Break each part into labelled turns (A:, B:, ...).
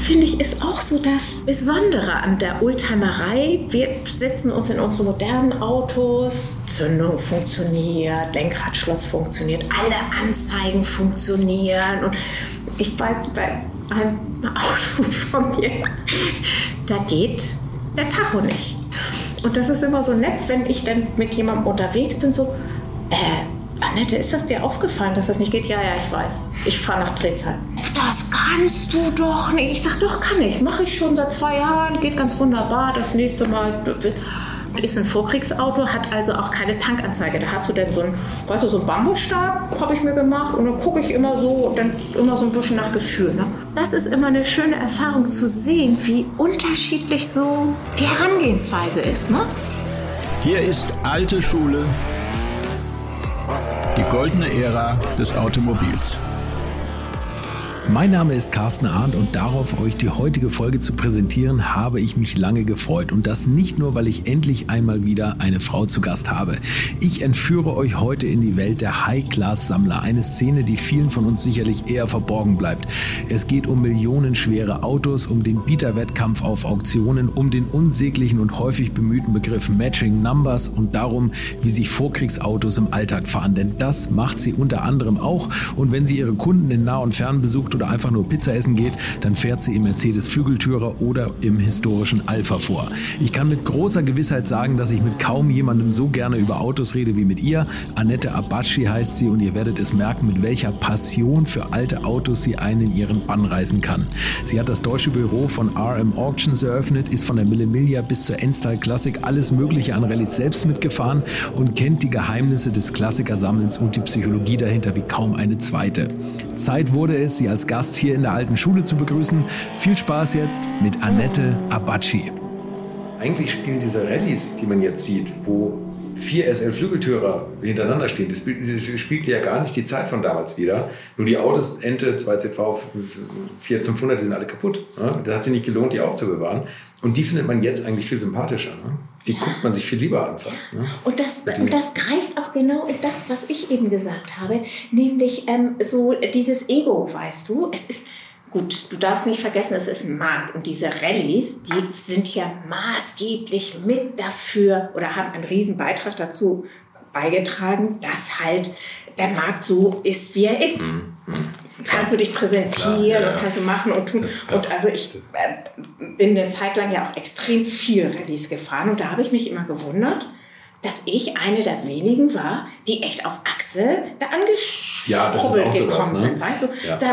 A: finde ich, ist auch so das Besondere an der Oldtimerei. Wir setzen uns in unsere modernen Autos, Zündung funktioniert, Lenkradschloss funktioniert, alle Anzeigen funktionieren. Und ich weiß, bei einem Auto von mir, da geht der Tacho nicht. Und das ist immer so nett, wenn ich dann mit jemandem unterwegs bin, so, Annette, ist das dir aufgefallen, dass das nicht geht? Ja, ich weiß. Ich fahre nach Drehzahl. Das kannst du doch nicht. Ich sag, doch, kann ich. Mache ich schon seit 2 Jahren. Geht ganz wunderbar. Das nächste Mal ist ein Vorkriegsauto, hat also auch keine Tankanzeige. Da hast du dann so einen Bambusstab, habe ich mir gemacht. Und dann gucke ich immer so und dann immer so ein bisschen nach Gefühl. Ne? Das ist immer eine schöne Erfahrung zu sehen, wie unterschiedlich so die Herangehensweise ist. Ne?
B: Hier ist alte Schule. Die goldene Ära des Automobils. Mein Name ist Carsten Arndt und darauf, euch die heutige Folge zu präsentieren, habe ich mich lange gefreut. Und das nicht nur, weil ich endlich einmal wieder eine Frau zu Gast habe. Ich entführe euch heute in die Welt der High-Class-Sammler. Eine Szene, die vielen von uns sicherlich eher verborgen bleibt. Es geht um millionenschwere Autos, um den Bieterwettkampf auf Auktionen, um den unsäglichen und häufig bemühten Begriff Matching Numbers und darum, wie sich Vorkriegsautos im Alltag fahren. Denn das macht sie unter anderem auch. Und wenn sie ihre Kunden in nah und fern besucht oder einfach nur Pizza essen geht, dann fährt sie im Mercedes Flügeltürer oder im historischen Alpha vor. Ich kann mit großer Gewissheit sagen, dass ich mit kaum jemandem so gerne über Autos rede wie mit ihr. Annette Abbacci heißt sie und ihr werdet es merken, mit welcher Passion für alte Autos sie einen in ihren Bann reißen kann. Sie hat das deutsche Büro von RM Auctions eröffnet, ist von der Mille Miglia bis zur Endstyle Classic alles Mögliche an Rallyes selbst mitgefahren und kennt die Geheimnisse des Klassikersammelns und die Psychologie dahinter wie kaum eine zweite. Zeit wurde es, sie als Gast hier in der alten Schule zu begrüßen. Viel Spaß jetzt mit Annette Abbacci.
C: Eigentlich spielen diese Rallyes, die man jetzt sieht, wo 4 SL-Flügeltürer hintereinander stehen, das spielt ja gar nicht die Zeit von damals wieder. Nur die Autos, Ente, 2CV, Fiat 500, die sind alle kaputt. Das hat sich nicht gelohnt, die aufzubewahren. Und die findet man jetzt eigentlich viel sympathischer. Die guckt man sich viel lieber an fast.
A: Und das greift auch genau in das, was ich eben gesagt habe, nämlich so dieses Ego, weißt du. Es ist gut, du darfst nicht vergessen, es ist ein Markt. Und diese Rallyes, die sind ja maßgeblich mit dafür oder haben einen riesen Beitrag dazu beigetragen, dass halt der Markt so ist, wie er ist. Kannst du dich präsentieren und kannst du machen und tun. Und also ich bin eine Zeit lang ja auch extrem viel Rallyes gefahren und da habe ich mich immer gewundert, dass ich eine der wenigen war, die echt auf Achse da angeschrubbelt gekommen sind. Weißt du,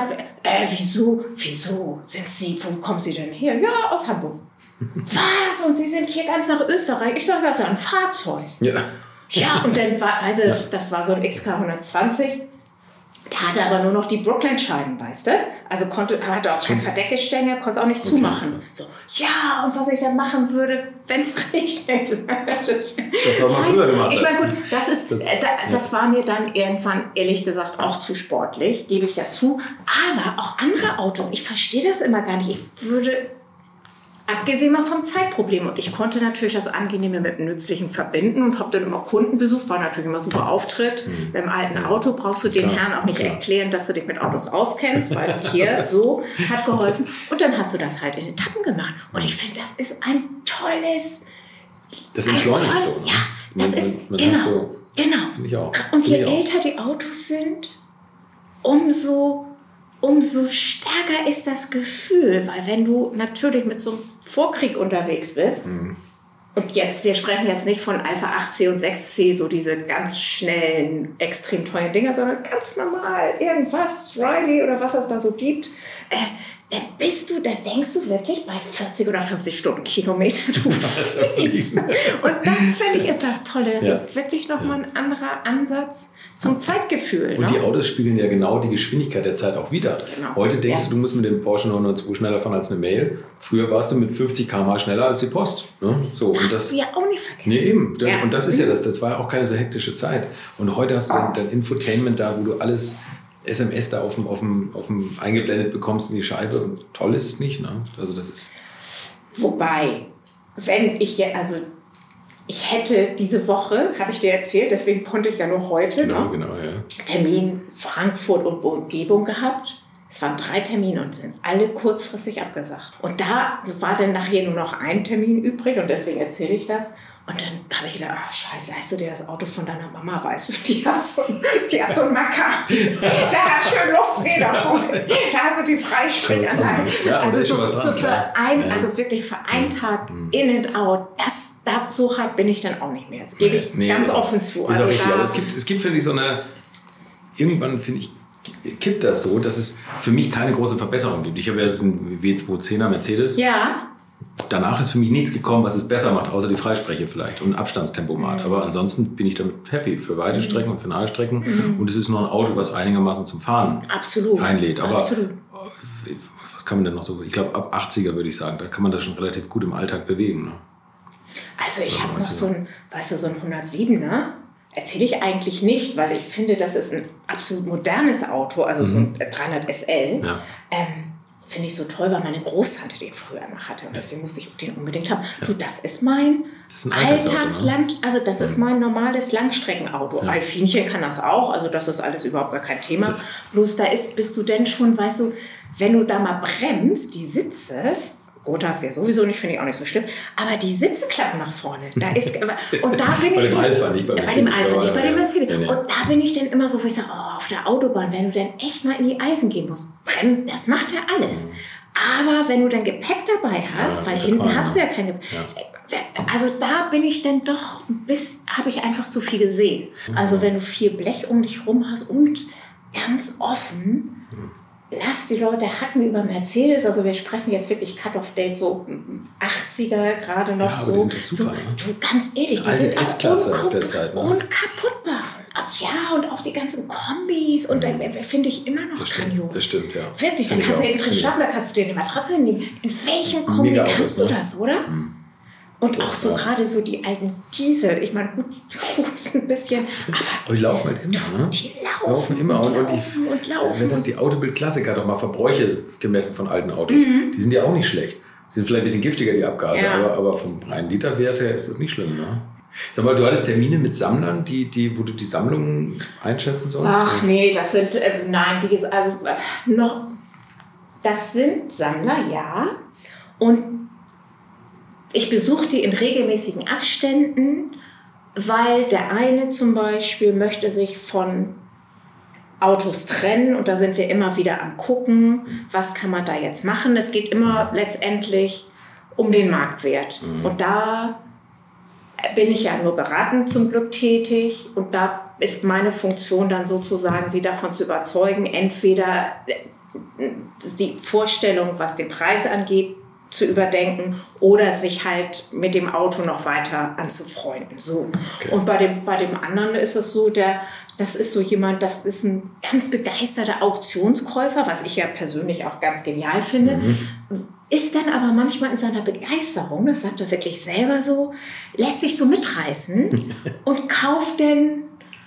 A: wieso sind Sie, wo kommen Sie denn her? Ja, aus Hamburg. Was? Und Sie sind hier ganz nach Österreich? Ich sage, das ist ja ein Fahrzeug. Ja, und dann das war so ein XK 120. Der hatte aber nur noch die Brookline-Scheiben, weißt du? Also hatte auch kein Verdeckgestänge, konnte es auch nicht zumachen. So, ja, und was ich dann machen würde, wenn es richtig ist. Das war mal früher gemacht. Ich meine, gut, das war mir dann irgendwann, ehrlich gesagt, auch zu sportlich, gebe ich ja zu. Aber auch andere Autos, ich verstehe das immer gar nicht. Ich würde... Abgesehen mal vom Zeitproblem. Und ich konnte natürlich das Angenehme mit dem Nützlichen verbinden und habe dann immer Kunden besucht. War natürlich immer super Auftritt. Beim alten Auto brauchst du den Herren auch nicht erklären, dass du dich mit Autos auskennst, weil hier so hat geholfen. Und dann hast du das halt in Etappen gemacht. Und ich finde, das ist ein tolles...
C: Das entschleunigt so.
A: Ja, das ist... Genau.
C: Finde ich auch.
A: Und je älter die Autos sind, umso stärker ist das Gefühl, weil wenn du natürlich mit so einem Vorkrieg unterwegs bist, und wir sprechen jetzt nicht von Alpha 8C und 6C, so diese ganz schnellen, extrem teuren Dinger, sondern ganz normal, irgendwas, Riley oder was es da so gibt, da denkst du wirklich bei 40 oder 50 Stundenkilometer, du fliegst. Und das, finde ich, ist das Tolle. Das ist wirklich nochmal ein anderer Ansatz zum Zeitgefühl.
C: Und die Autos spiegeln ja genau die Geschwindigkeit der Zeit auch wieder. Genau. Heute denkst du musst mit dem Porsche 902 schneller fahren als eine Mail. Früher warst du mit 50 km/h schneller als die Post. Ne? So,
A: das wir auch nicht vergessen.
C: Nee, eben. Ja. Und das ist ja das war ja auch keine so hektische Zeit. Und heute hast du dein Infotainment da, wo du alles SMS da auf dem eingeblendet bekommst in die Scheibe. Und toll ist es nicht. Ne? Also das ist...
A: Wobei, ich hätte diese Woche, habe ich dir erzählt, deswegen konnte ich ja nur heute
C: genau,
A: Termin Frankfurt und Umgebung gehabt. Es waren 3 Termine und sind alle kurzfristig abgesagt. Und da war dann nachher nur noch ein Termin übrig und deswegen erzähle ich das. Und dann habe ich gedacht, ach scheiße, leihst du dir das Auto von deiner Mama, weißt du, die hat so einen Macker, der hat schön Luftfederung, da hast du die Freisprechanlage.
C: Ja,
A: also
C: so
A: also wirklich für einen Tag in and out, so halt bin ich dann auch nicht mehr. Das gebe ich ganz offen zu.
C: Also aber es gibt, finde ich, so eine, irgendwann finde ich, kippt das so, dass es für mich keine große Verbesserung gibt. Ich habe ja jetzt einen W210er Mercedes.
A: Ja.
C: Danach ist für mich nichts gekommen, was es besser macht, außer die Freispreche vielleicht und ein Abstandstempomat. Aber ansonsten bin ich damit happy für weite Strecken und für nahe Strecken. Und es ist noch ein Auto, was einigermaßen zum Fahren einlädt. Aber was kann man denn noch so? Ich glaube, ab 80er würde ich sagen, da kann man das schon relativ gut im Alltag bewegen. Ne?
A: Also ich habe noch so ein 107er. Erzähle ich eigentlich nicht, weil ich finde, das ist ein absolut modernes Auto, also so ein 300 SL. Ja. Finde ich so toll, weil meine Großtante den früher immer hatte und deswegen musste ich den unbedingt haben. Ja. Du, das ist mein Alltagsland, also das ist mein normales Langstreckenauto. Ja. Alfinchen kann das auch, also das ist alles überhaupt gar kein Thema. Ja. Bloß bist du denn schon, weißt du, wenn du da mal bremst, die Sitze, gut, das ist ja sowieso nicht, finde ich auch nicht so schlimm, aber die Sitze klappen nach vorne. Und da bin ich
C: bei dem Alpha, nicht bei dem
A: Mercedes. Ja. Und da bin ich dann immer so, wo ich sage, auf der Autobahn, wenn du dann echt mal in die Eisen gehen musst, das macht er alles. Aber wenn du dann Gepäck dabei hast, weil hinten hast du ja keine also da bin ich dann doch habe ich einfach zu viel gesehen. Also wenn du viel Blech um dich rum hast und ganz offen, lass die Leute hacken über Mercedes, also wir sprechen jetzt wirklich Cut-Off-Date, so 80er gerade noch so.
C: Die sind doch super,
A: du, ganz ehrlich, die sind auch unkaputtbar. Ja, und auch die ganzen Kombis und dann finde ich immer noch grandios.
C: Das stimmt, ja.
A: Wirklich, da kannst du ja drin schlafen, da kannst du dir eine Matratze nehmen. In welchem Kombi kannst du das, oder? Und auch so gerade so die alten Diesel. Ich meine, gut, die großen ein bisschen.
C: Aber die laufen halt immer, ne? Die laufen immer. Und laufen. Das die Autobild-Klassiker doch mal Verbräuche gemessen von alten Autos. Die sind ja auch nicht schlecht. Die sind vielleicht ein bisschen giftiger, die Abgase. Ja. Aber vom reinen Literwert her ist das nicht schlimm, ne? Sag mal, du hattest Termine mit Sammlern, wo du die Sammlungen einschätzen sollst?
A: Ach nee, das sind, das sind Sammler, ja. Und ich besuche die in regelmäßigen Abständen, weil der eine zum Beispiel möchte sich von Autos trennen und da sind wir immer wieder am gucken, was kann man da jetzt machen. Es geht immer letztendlich um den Marktwert. Und da bin ich ja nur beratend zum Glück tätig und da ist meine Funktion dann sozusagen, sie davon zu überzeugen, entweder die Vorstellung, was den Preis angeht, zu überdenken oder sich halt mit dem Auto noch weiter anzufreunden. So. Okay. Und bei dem anderen ist es so, das ist so jemand, das ist ein ganz begeisterter Auktionskäufer, was ich ja persönlich auch ganz genial finde, ist dann aber manchmal in seiner Begeisterung, das sagt er wirklich selber so, lässt sich so mitreißen und kauft dann,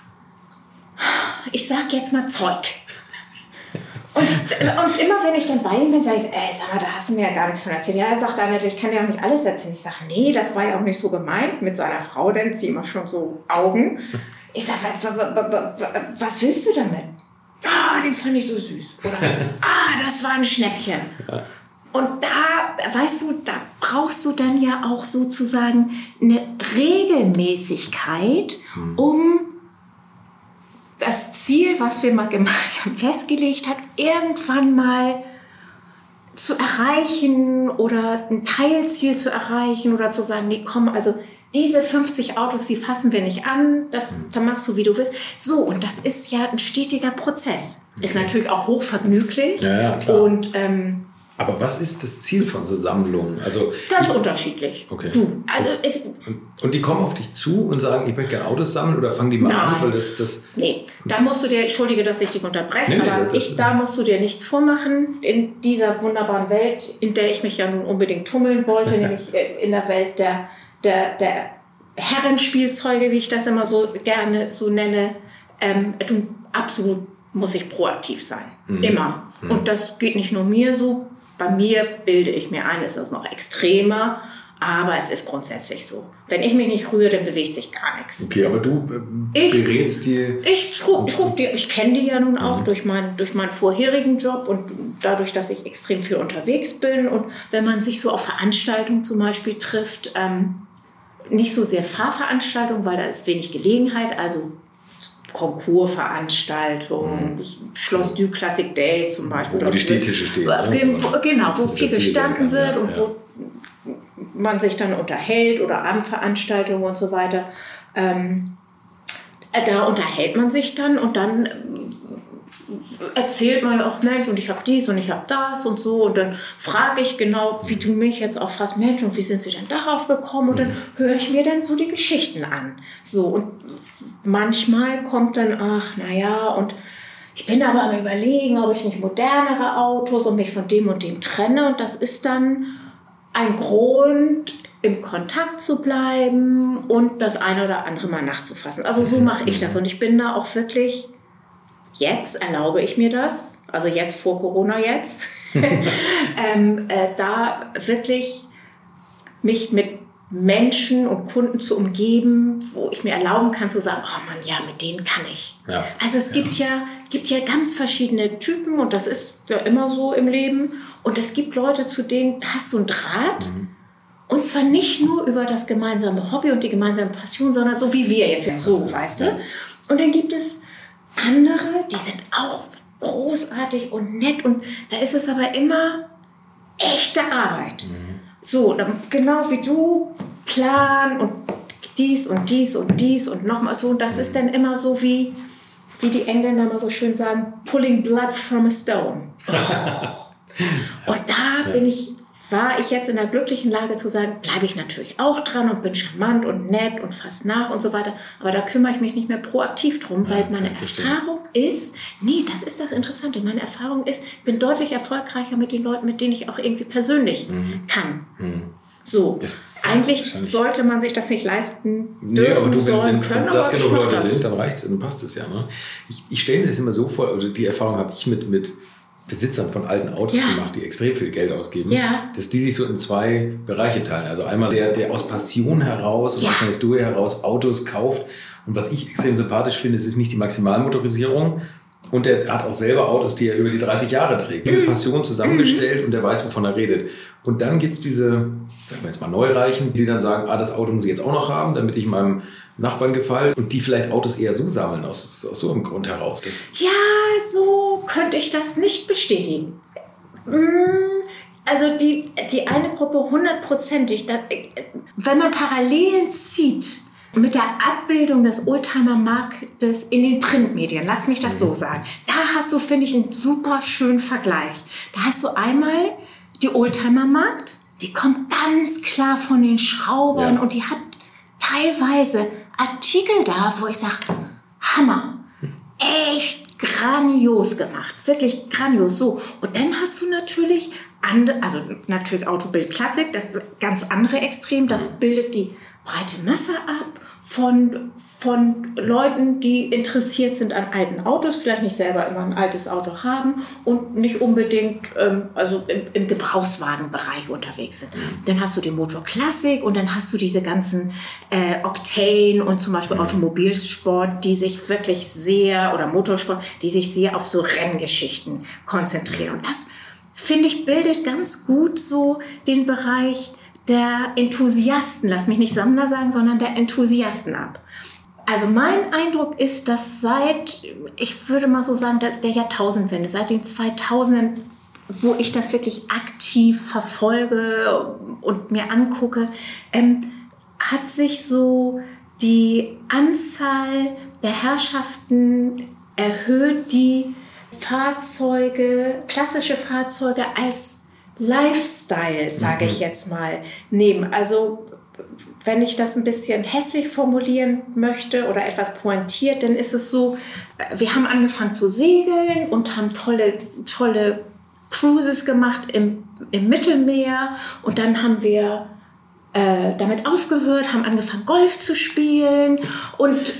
A: ich sag jetzt mal Zeug. Und immer wenn ich dann bei ihm bin, sage ich, sag mal, da hast du mir ja gar nichts von erzählt. Ja, er sagt dann, ich kann dir auch nicht alles erzählen. Ich sage, nee, das war ja auch nicht so gemeint mit seiner Frau, denn sie immer schon so Augen. Ich sage, was willst du damit? Den fand ich so süß. Oder, das war ein Schnäppchen. Und da, weißt du, da brauchst du dann ja auch sozusagen eine Regelmäßigkeit, um das Ziel, was wir mal gemeinsam festgelegt haben, irgendwann mal zu erreichen oder ein Teilziel zu erreichen oder zu sagen, nee, komm, also diese 50 Autos, die fassen wir nicht an, dann machst du, wie du willst. So, und das ist ja ein stetiger Prozess. Okay. Ist natürlich auch hochvergnüglich.
C: Ja, klar.
A: Und,
C: aber was ist das Ziel von so Sammlungen? Also
A: ganz unterschiedlich.
C: Okay.
A: Und
C: die kommen auf dich zu und sagen, ich möchte gerne Autos sammeln oder fangen die mal an? Weil
A: Nee, da musst du dir, entschuldige, dass ich dich unterbreche, aber da musst du dir nichts vormachen. In dieser wunderbaren Welt, in der ich mich ja nun unbedingt tummeln wollte, nämlich in der Welt der Herrenspielzeuge, wie ich das immer so gerne so nenne, absolut muss ich proaktiv sein. Immer. Und das geht nicht nur mir so. Bei mir bilde ich mir ein, ist das noch extremer, Aber es ist grundsätzlich so. Wenn ich mich nicht rühre, dann bewegt sich gar nichts.
C: Okay, aber du berätst die...
A: Ich kenne die ja nun auch durch meinen vorherigen Job und dadurch, dass ich extrem viel unterwegs bin. Und wenn man sich so auf Veranstaltungen zum Beispiel trifft, nicht so sehr Fahrveranstaltungen, weil da ist wenig Gelegenheit, also Konkursveranstaltungen, Schloss du Classic Days zum Beispiel.
C: Wo die Stehtische stehen.
A: Genau, wo viel gestanden wird und wo man sich dann unterhält oder Abendveranstaltungen und so weiter. Da unterhält man sich dann und dann erzählt man auch, Mensch, und ich habe dies und ich habe das und so. Und dann frage ich genau, wie du mich jetzt auch fragst, Mensch, und wie sind sie denn darauf gekommen? Und dann höre ich mir dann so die Geschichten an. So, und manchmal kommt dann, und ich bin aber am Überlegen, ob ich nicht modernere Autos und mich von dem und dem trenne. Und das ist dann ein Grund, im Kontakt zu bleiben und das eine oder andere mal nachzufassen. Also so mache ich das. Und ich bin da auch wirklich, jetzt erlaube ich mir das, also jetzt vor Corona jetzt, da wirklich mich mit Menschen und Kunden zu umgeben, wo ich mir erlauben kann zu sagen, oh Mann, ja, mit denen kann ich. Ja. Also es gibt ja ganz verschiedene Typen und das ist ja immer so im Leben. Und es gibt Leute, zu denen hast du einen Draht. Und zwar nicht nur über das gemeinsame Hobby und die gemeinsame Passion, sondern so wie wir jetzt so, weißt du. Und dann gibt es andere, die sind auch großartig und nett und da ist es aber immer echte Arbeit. So, genau wie du, Plan und dies und dies und dies und nochmal so. Und das ist dann immer so wie die Engländer mal so schön sagen, pulling blood from a stone. Und da war ich jetzt in der glücklichen Lage zu sagen, bleibe ich natürlich auch dran und bin charmant und nett und fass nach und so weiter. Aber da kümmere ich mich nicht mehr proaktiv drum, weil meine Erfahrung ist, das ist das Interessante, meine Erfahrung ist, ich bin deutlich erfolgreicher mit den Leuten, mit denen ich auch irgendwie persönlich kann. So, eigentlich sollte man sich das nicht leisten dürfen, sollen, können, aber
C: genug Leute sind, dann reicht es, dann passt es ja. Ne? Ich stelle mir das immer so vor, also die Erfahrung habe ich mit Besitzern von alten Autos gemacht, die extrem viel Geld ausgeben, dass die sich so in zwei Bereiche teilen. Also einmal der aus Passion heraus und aus einer Historie heraus Autos kauft. Und was ich extrem sympathisch finde, es ist nicht die Maximalmotorisierung. Und der hat auch selber Autos, die er über die 30 Jahre trägt. Mit Passion zusammengestellt und der weiß, wovon er redet. Und dann gibt es diese, sagen wir jetzt mal Neureichen, die dann sagen, das Auto muss ich jetzt auch noch haben, damit ich meinem Nachbarn gefallen und die vielleicht Autos eher so sammeln, aus so einem Grund heraus.
A: Ja, so könnte ich das nicht bestätigen. Also die eine Gruppe 100%ig, wenn man Parallelen zieht mit der Abbildung des Oldtimer-Marktes in den Printmedien, lass mich das so sagen, da hast du, finde ich, einen super schönen Vergleich. Da hast du einmal die Oldtimer-Markt, die kommt ganz klar von den Schraubern und die hat teilweise Artikel da, wo ich sage, Hammer, echt grandios gemacht, wirklich grandios. So. Und dann hast du natürlich natürlich Autobild Classic, das ganz andere Extrem, das bildet die breite Masse ab von Leuten, die interessiert sind an alten Autos, vielleicht nicht selber immer ein altes Auto haben und nicht unbedingt im Gebrauchswagenbereich unterwegs sind. Dann hast du den Motor Classic und dann hast du diese ganzen Octane und zum Beispiel Automobilsport, die sich wirklich sehr, oder Motorsport, die sich sehr auf so Renngeschichten konzentrieren. Und das, finde ich, bildet ganz gut so den Bereich der Enthusiasten, lass mich nicht Sammler sagen, sondern der Enthusiasten ab. Also mein Eindruck ist, dass ich würde mal so sagen, der Jahrtausendwende, seit den 2000ern, wo ich das wirklich aktiv verfolge und mir angucke, hat sich so die Anzahl der Herrschaften erhöht, die klassische Fahrzeuge als Lifestyle, sage ich jetzt mal, nehmen. Also wenn ich das ein bisschen hässlich formulieren möchte oder etwas pointiert, dann ist es so, wir haben angefangen zu segeln und haben tolle Cruises gemacht im Mittelmeer und dann haben wir damit aufgehört, haben angefangen Golf zu spielen und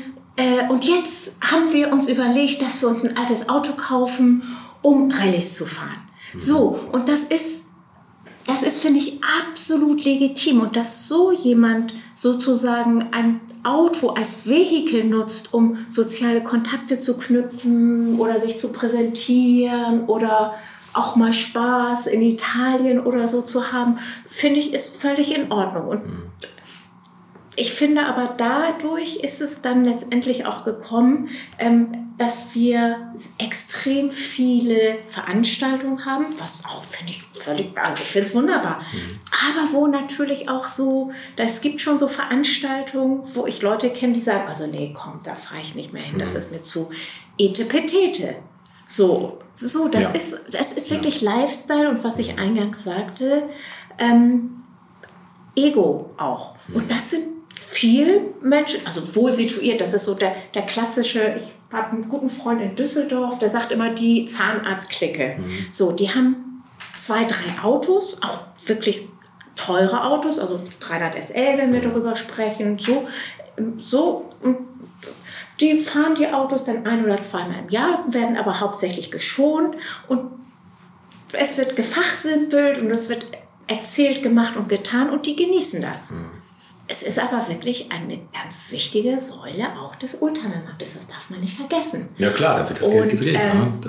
A: jetzt haben wir uns überlegt, dass wir uns ein altes Auto kaufen, um Rallyes zu fahren. So, und das ist das ist, finde ich, absolut legitim. Und dass so jemand sozusagen ein Auto als Vehikel nutzt, um soziale Kontakte zu knüpfen oder sich zu präsentieren oder auch mal Spaß in Italien oder so zu haben, finde ich, ist völlig in Ordnung. Und ich finde aber, dadurch ist es dann letztendlich auch gekommen, dass wir extrem viele Veranstaltungen haben, was auch, finde ich, ich finde es wunderbar. Aber wo natürlich auch so, es gibt schon so Veranstaltungen, wo ich Leute kenne, die sagen, also nee, komm, da fahre ich nicht mehr hin, das ist mir zu etepetete. So, das ist wirklich Lifestyle und was ich eingangs sagte, Ego auch. Und das sind viele Menschen, also wohl situiert, das ist so der klassische, ich habe einen guten Freund in Düsseldorf, der sagt immer die Zahnarztklicke. So, die haben 2, 3 Autos, auch wirklich teure Autos, also 300 SL, wenn wir darüber sprechen, so und die fahren die Autos dann 1 oder 2-mal im Jahr, werden aber hauptsächlich geschont und es wird gefachsimpelt und es wird erzählt, gemacht und getan und die genießen das. Es ist aber wirklich eine ganz wichtige Säule auch des Oldtimer-Marktes, das darf man nicht vergessen.
C: Ja klar, da wird das Geld gedreht.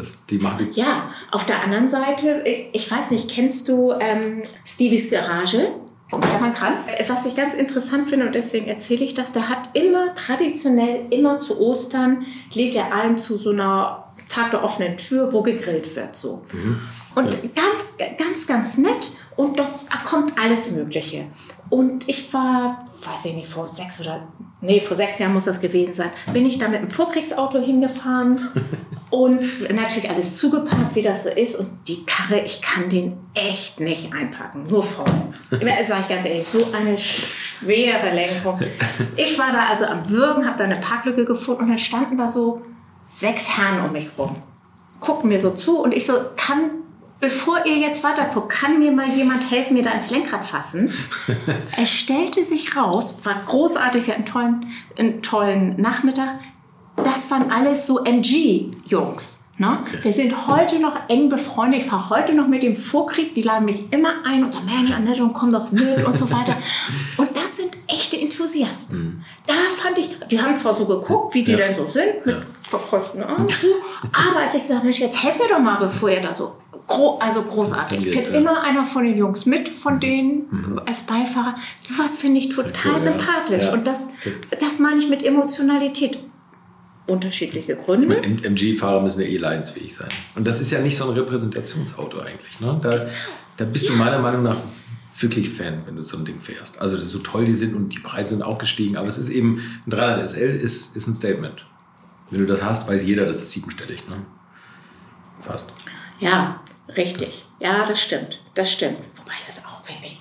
A: Ja, auf der anderen Seite, ich weiß nicht, kennst du Stevies Garage? Stefan Kranz, was ich ganz interessant finde und deswegen erzähle ich das, der hat traditionell immer zu Ostern, lädt er ein zu so einer Tag der offenen Tür, wo gegrillt wird. So. Und ganz, ganz, ganz nett und dort kommt alles Mögliche. Und ich war, weiß ich nicht, vor 6 Jahren muss das gewesen sein, bin ich da mit einem Vorkriegsauto hingefahren und natürlich alles zugeparkt, wie das so ist. Und die Karre, ich kann den echt nicht einpacken, nur vorwärts. Sage ich ganz ehrlich, so eine schwere Lenkung. Ich war da also am Würgen, habe da eine Parklücke gefunden und dann standen da so 6 Herren um mich rum. Guckten mir so zu und ich so, bevor ihr jetzt weiter guckt, kann mir mal jemand helfen, mir da ins Lenkrad fassen? Es stellte sich raus, war großartig, wir hatten einen tollen Nachmittag. Das waren alles so MG-Jungs. Ne? Okay. Wir sind heute noch eng befreundet. Ich fahre heute noch mit dem Vorkrieg. Die laden mich immer ein und sagen, Mensch, Annette, komm doch mit und so weiter. Und das sind echte Enthusiasten. Da fand ich, die haben zwar so geguckt, wie die denn so sind, mit verkreuzten Armen, aber als ich gesagt habe, Mensch, jetzt helft mir doch mal, bevor ihr da so... Also großartig. Ich finde immer einer von den Jungs mit, von denen als Beifahrer. Sowas finde ich total sympathisch. Ja. Und das meine ich mit Emotionalität. Unterschiedliche Gründe.
C: MG-Fahrer müssen ja leidensfähig sein. Und das ist ja nicht so ein Repräsentationsauto eigentlich. Ne? Da bist du meiner Meinung nach wirklich Fan, wenn du so ein Ding fährst. Also so toll die sind und die Preise sind auch gestiegen. Aber es ist eben, ein 300 SL ist ein Statement. Wenn du das hast, weiß jeder, das ist 7-stellig. Ne? Fast.
A: Ja, richtig. Das stimmt. Wobei das auch wirklich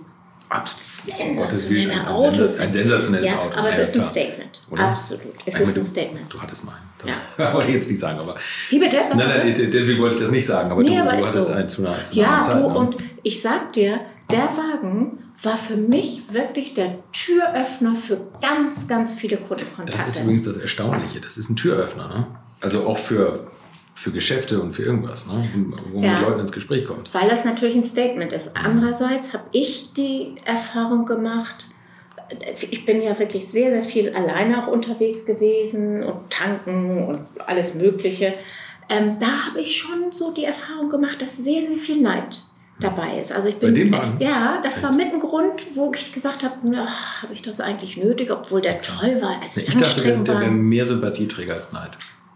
A: sensationelle Autos sind.
C: Ein sensationelles Auto.
A: Aber es ist ein Statement. Oder? Absolut. Es ist ein Statement.
C: Du hattest mal. Das wollte ich jetzt nicht sagen. Aber
A: wie bitte?
C: Nein, deswegen wollte ich das nicht sagen. Aber du hattest
A: so.
C: einen zu einer Zeit.
A: Ja, und ich sag dir, der Wagen war für mich wirklich der Türöffner für ganz, ganz viele Kundenkontakte.
C: Das ist übrigens das Erstaunliche. Das ist ein Türöffner. Ne? Also auch für Geschäfte und für irgendwas, ne? Wo man mit Leuten ins Gespräch kommt.
A: Weil das natürlich ein Statement ist. Andererseits habe ich die Erfahrung gemacht, ich bin ja wirklich sehr, sehr viel alleine auch unterwegs gewesen und tanken und alles Mögliche. Da habe ich schon so die Erfahrung gemacht, dass sehr, sehr viel Neid dabei ist. Also ich bin,
C: bei den Wagen?
A: Das war mit ein Grund, wo ich gesagt habe, habe ich das eigentlich nötig, obwohl der toll war.
C: Ich dachte, der wäre mehr Sympathieträger als Neid.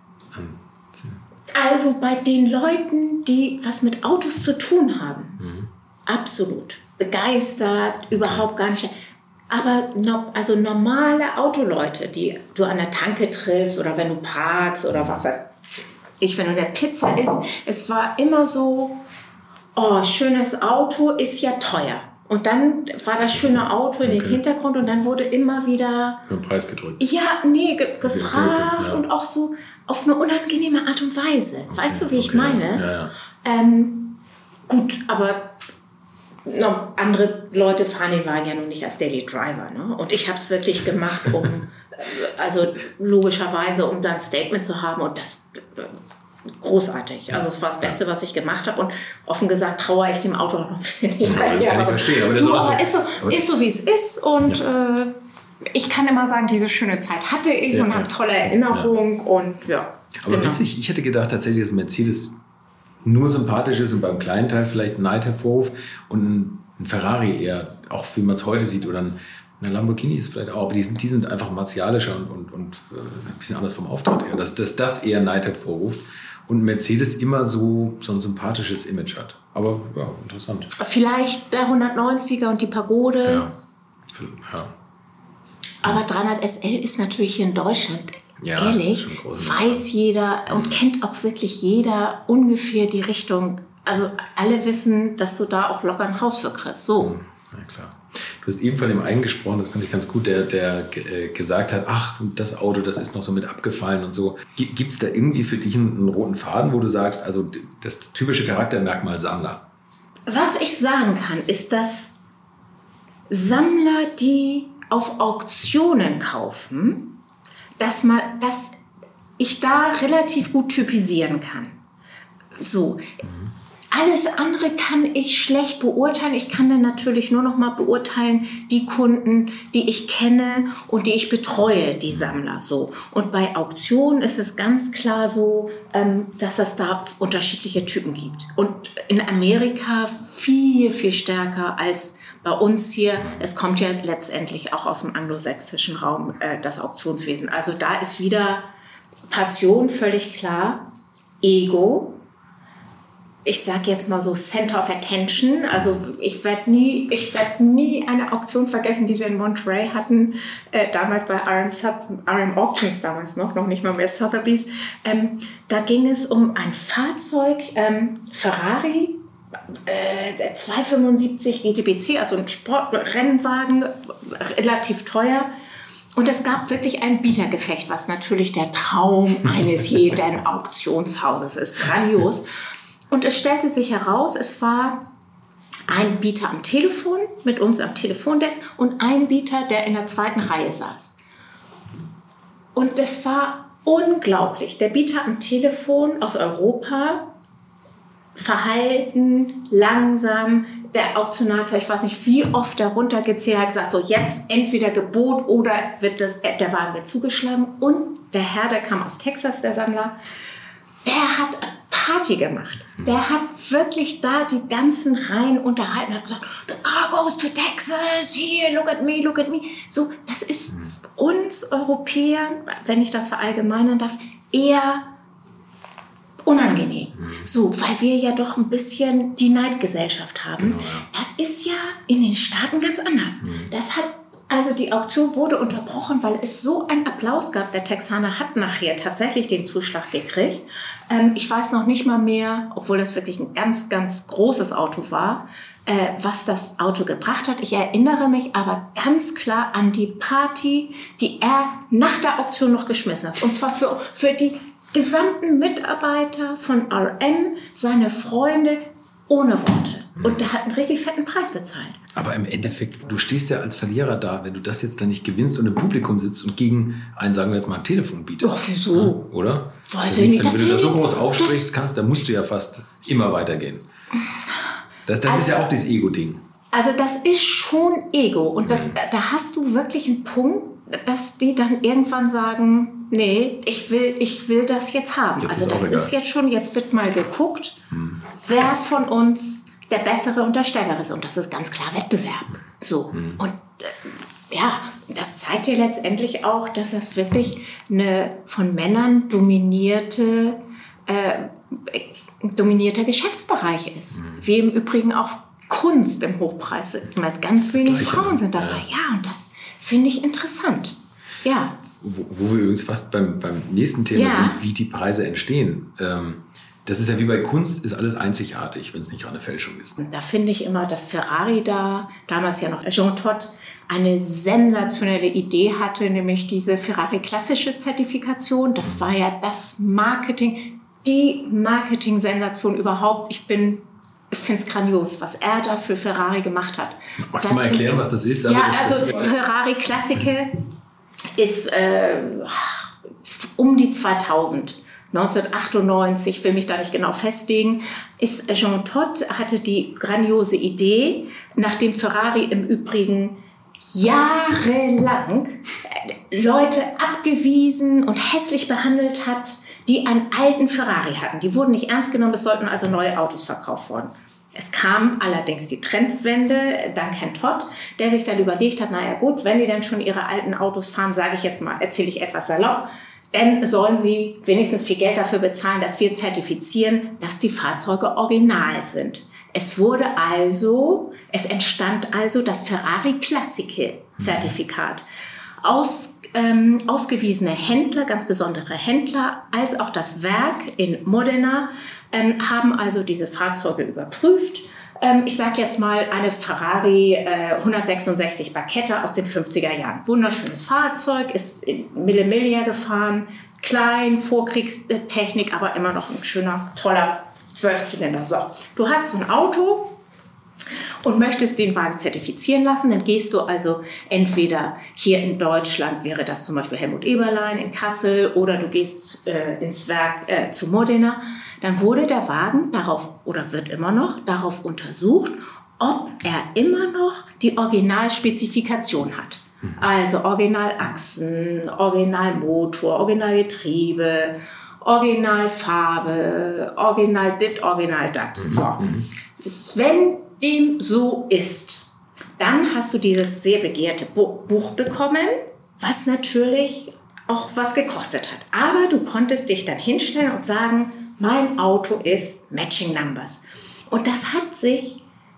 A: Also bei den Leuten, die was mit Autos zu tun haben, absolut begeistert, überhaupt gar nicht. Aber also normale Autoleute, die du an der Tanke triffst oder wenn du parkst oder was weiß ich, wenn du in der Pizza isst, es war immer so, schönes Auto ist ja teuer. Und dann war das schöne Auto in den Hintergrund und dann wurde immer wieder...
C: Den Preis gedrückt.
A: Ja, gefragt und auch so auf eine unangenehme Art und Weise. Weißt du, wie ich meine? Ja. Gut, aber andere Leute fahren den Wagen ja nun nicht als Daily Driver. Ne? Und ich habe es wirklich gemacht, um, also logischerweise, um da ein Statement zu haben. Und das großartig. Also es war das Beste, was ich gemacht habe. Und offen gesagt trauere ich dem Auto auch noch ein bisschen hinterher.
C: Das kann ich verstehen. Aber
A: ist so, wie es ist. Und ich kann immer sagen, diese schöne Zeit hatte ich und habe tolle Erinnerungen. Und
C: Aber witzig, ich hätte gedacht tatsächlich, dass Mercedes nur sympathisch ist und beim kleinen Teil vielleicht Neid hervorruft und ein Ferrari eher, auch wie man es heute sieht, oder ein Lamborghini ist vielleicht auch, aber die sind einfach martialischer und ein bisschen anders vom Auftritt her, dass das eher Neid hervorruft und Mercedes immer so ein sympathisches Image hat. Aber ja, interessant.
A: Vielleicht der 190er und die Pagode.
C: Ja.
A: Aber 300 SL ist natürlich hier in Deutschland, ehrlich, weiß jeder und kennt auch wirklich jeder ungefähr die Richtung. Also alle wissen, dass du da auch locker ein Haus für kriegst. So.
C: Ja, klar. Du hast eben von dem einen gesprochen, das fand ich ganz gut, der gesagt hat, ach, das Auto, das ist noch so mit abgefallen und so. Gibt es da irgendwie für dich einen roten Faden, wo du sagst, also das typische Charaktermerkmal Sammler?
A: Was ich sagen kann, ist, dass Sammler, die auf Auktionen kaufen, dass ich da relativ gut typisieren kann. So. Alles andere kann ich schlecht beurteilen. Ich kann dann natürlich nur noch mal beurteilen die Kunden, die ich kenne und die ich betreue, die Sammler. So. Und bei Auktionen ist es ganz klar so, dass es da unterschiedliche Typen gibt. Und in Amerika viel, viel stärker als bei uns hier. Es kommt ja letztendlich auch aus dem anglosächsischen Raum, das Auktionswesen. Also da ist wieder Passion, völlig klar, Ego. Ich sage jetzt mal so Center of Attention. Also ich werd nie eine Auktion vergessen, die wir in Monterey hatten, damals bei RM Auctions, damals noch nicht mal mehr Sotheby's. Da ging es um ein Fahrzeug, Ferrari, der 275 GTBC, also ein Sportrennwagen, relativ teuer. Und es gab wirklich ein Bietergefecht, was natürlich der Traum eines jeden Auktionshauses ist. Grandios. Und es stellte sich heraus, es war ein Bieter am Telefon, mit uns am Telefondesk, und ein Bieter, der in der zweiten Reihe saß. Und das war unglaublich. Der Bieter am Telefon aus Europa, verhalten, langsam, der Auktionator, ich weiß nicht, wie oft er runtergezählt hat, gesagt, so jetzt entweder Gebot oder der Wagen wird zugeschlagen. Und der Herr, der kam aus Texas, der Sammler, der hat Party gemacht. Der hat wirklich da die ganzen Reihen unterhalten, hat gesagt, the car goes to Texas, here, look at me, look at me. So, das ist uns Europäern, wenn ich das verallgemeinern darf, eher unangenehm. So, weil wir ja doch ein bisschen die Neidgesellschaft haben. Genau, ja. Das ist ja in den Staaten ganz anders. Also die Auktion wurde unterbrochen, weil es so einen Applaus gab. Der Texaner hat nachher tatsächlich den Zuschlag gekriegt. Ich weiß noch nicht mal mehr, obwohl das wirklich ein ganz, ganz großes Auto war, was das Auto gebracht hat. Ich erinnere mich aber ganz klar an die Party, die er nach der Auktion noch geschmissen hat. Und zwar für die gesamten Mitarbeiter von RM, seine Freunde, ohne Worte. Und der hat einen richtig fetten Preis bezahlt.
C: Aber im Endeffekt, du stehst ja als Verlierer da, wenn du das jetzt dann nicht gewinnst und im Publikum sitzt und gegen einen, sagen wir jetzt mal, ein Telefon bietest.
A: Doch, wieso?
C: Ja, oder?
A: Weiß ich nicht.
C: Wenn du da so groß aufsprichst kannst, dann musst du ja fast immer weitergehen. Das ist ja auch das Ego-Ding.
A: Also das ist schon Ego. Und da hast du wirklich einen Punkt, dass die dann irgendwann sagen, nee, ich will das jetzt haben.
C: Jetzt
A: also das ist jetzt schon, jetzt wird mal geguckt, wer von uns der Bessere und der Stärkere ist. Und das ist ganz klar Wettbewerb. So. Und das zeigt dir letztendlich auch, dass das wirklich eine von Männern dominierte Geschäftsbereich ist. Wie im Übrigen auch Kunst im Hochpreissegment. Ganz wenig Frauen sind dabei. Ja, und das finde ich interessant. Ja.
C: Wo wir übrigens fast beim nächsten Thema sind, wie die Preise entstehen. Das ist ja wie bei Kunst, ist alles einzigartig, wenn es nicht eine Fälschung ist.
A: Da finde ich immer, dass Ferrari damals ja noch Jean Todt, eine sensationelle Idee hatte, nämlich diese Ferrari-klassische Zertifikation. Das war ja das Marketing, die Marketing-Sensation überhaupt. Ich finde es grandios, was er da für Ferrari gemacht hat.
C: Magst du mal erklären, was das ist?
A: Also Ferrari Klassike ist um die 2000 1998, will mich da nicht genau festlegen, ist Jean Todt, hatte die grandiose Idee, nachdem Ferrari im Übrigen jahrelang Leute abgewiesen und hässlich behandelt hat, die einen alten Ferrari hatten. Die wurden nicht ernst genommen, es sollten also neue Autos verkauft werden. Es kam allerdings die Trendwende dank Herrn Todt, der sich dann überlegt hat, naja gut, wenn die dann schon ihre alten Autos fahren, sage ich jetzt mal, erzähle ich etwas salopp, dann sollen sie wenigstens viel Geld dafür bezahlen, dass wir zertifizieren, dass die Fahrzeuge original sind. Es entstand also das Ferrari Classiche-Zertifikat. Ausgewiesene Händler, ganz besondere Händler, als auch das Werk in Modena haben also diese Fahrzeuge überprüft. Ich sage jetzt mal eine Ferrari 166 Barchetta aus den 50er Jahren. Wunderschönes Fahrzeug, ist in Mille Miglia gefahren, klein, Vorkriegstechnik, aber immer noch ein schöner, toller 12-Zylinder. So, du hast so ein Auto und möchtest den Wagen zertifizieren lassen, dann gehst du also entweder hier in Deutschland, wäre das zum Beispiel Helmut Eberlein in Kassel, oder du gehst ins Werk zu Modena. Dann wurde der Wagen wird immer noch darauf untersucht, ob er immer noch die Originalspezifikation hat. Also Originalachsen, Originalmotor, Originalgetriebe, Originalfarbe, Original dit, Original dat. So. Wenn dem so ist, dann hast du dieses sehr begehrte Buch bekommen, was natürlich auch was gekostet hat. Aber du konntest dich dann hinstellen und sagen, mein Auto ist Matching Numbers. Und das hat sich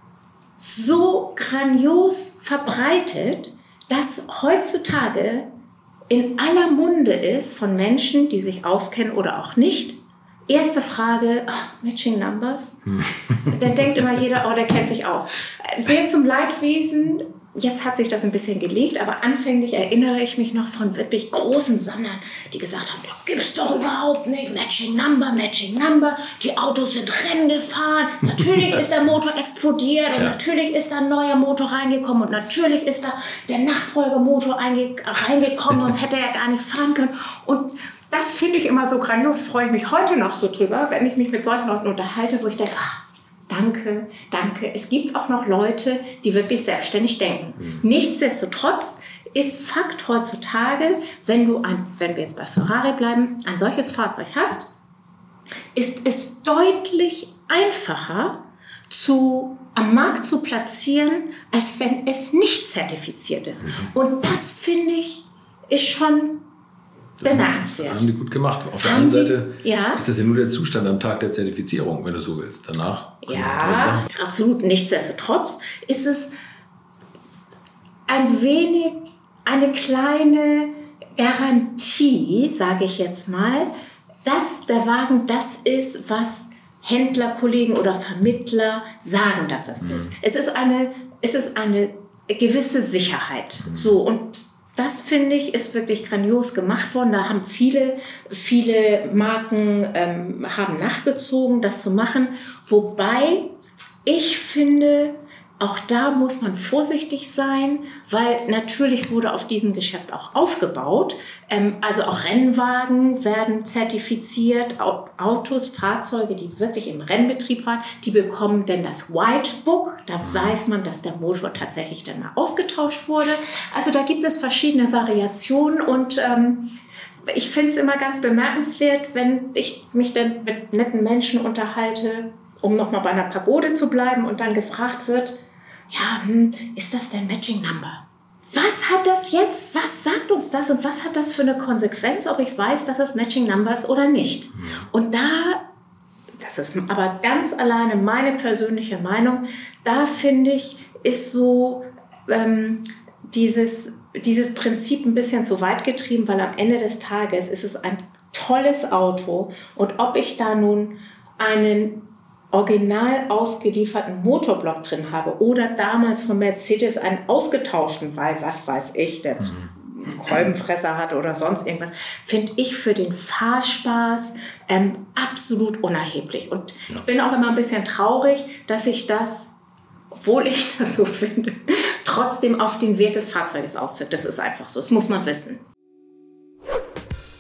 A: so grandios verbreitet, dass heutzutage in aller Munde ist von Menschen, die sich auskennen oder auch nicht. Erste Frage, Matching Numbers? Dann denkt immer jeder, der kennt sich aus. Sehr zum Leidwesen, jetzt hat sich das ein bisschen gelegt, aber anfänglich erinnere ich mich noch von wirklich großen Sammlern, die gesagt haben, das gibt's doch überhaupt nicht, Matching Number, die Autos sind Rennen gefahren, natürlich ist der Motor explodiert und natürlich ist da ein neuer Motor reingekommen und natürlich ist da der Nachfolgemotor reingekommen, sonst hätte er ja gar nicht fahren können. Und das finde ich immer so grandios, freue ich mich heute noch so drüber, wenn ich mich mit solchen Leuten unterhalte, wo ich denke, danke. Es gibt auch noch Leute, die wirklich selbstständig denken. Nichtsdestotrotz ist Fakt heutzutage, wenn wir jetzt bei Ferrari bleiben, ein solches Fahrzeug hast, ist es deutlich einfacher am Markt zu platzieren, als wenn es nicht zertifiziert ist. Und das, finde ich, ist schon bemerkenswert.
C: Haben die gut gemacht. Auf der anderen Seite ist das ja nur der Zustand am Tag der Zertifizierung, wenn du so willst. Danach.
A: Ja, absolut. Nichtsdestotrotz ist es eine kleine Garantie, sage ich jetzt mal, dass der Wagen das ist, was Händler, Kollegen oder Vermittler sagen, dass es ist. Es ist eine gewisse Sicherheit. So, und das, finde ich, ist wirklich grandios gemacht worden. Da haben viele Marken haben nachgezogen, das zu machen. Wobei ich finde, auch da muss man vorsichtig sein, weil natürlich wurde auf diesem Geschäft auch aufgebaut. Also auch Rennwagen werden zertifiziert, Autos, Fahrzeuge, die wirklich im Rennbetrieb waren, die bekommen dann das White Book. Da weiß man, dass der Motor tatsächlich dann mal ausgetauscht wurde. Also da gibt es verschiedene Variationen und ich finde es immer ganz bemerkenswert, wenn ich mich dann mit netten Menschen unterhalte, um nochmal bei einer Pagode zu bleiben und dann gefragt wird, ist das denn Matching Number? Was hat das jetzt? Was sagt uns das und was hat das für eine Konsequenz, ob ich weiß, dass es Matching Number ist oder nicht? Und das ist aber ganz alleine meine persönliche Meinung, da finde ich, ist so dieses Prinzip ein bisschen zu weit getrieben, weil am Ende des Tages ist es ein tolles Auto und ob ich da nun einen original ausgelieferten Motorblock drin habe oder damals von Mercedes einen ausgetauschten, weil, was weiß ich, der Kolbenfresser hat oder sonst irgendwas, finde ich für den Fahrspaß absolut unerheblich. Und ich bin auch immer ein bisschen traurig, dass ich das, obwohl ich das so finde, trotzdem auf den Wert des Fahrzeuges auswirkt. Das ist einfach so, das muss man wissen.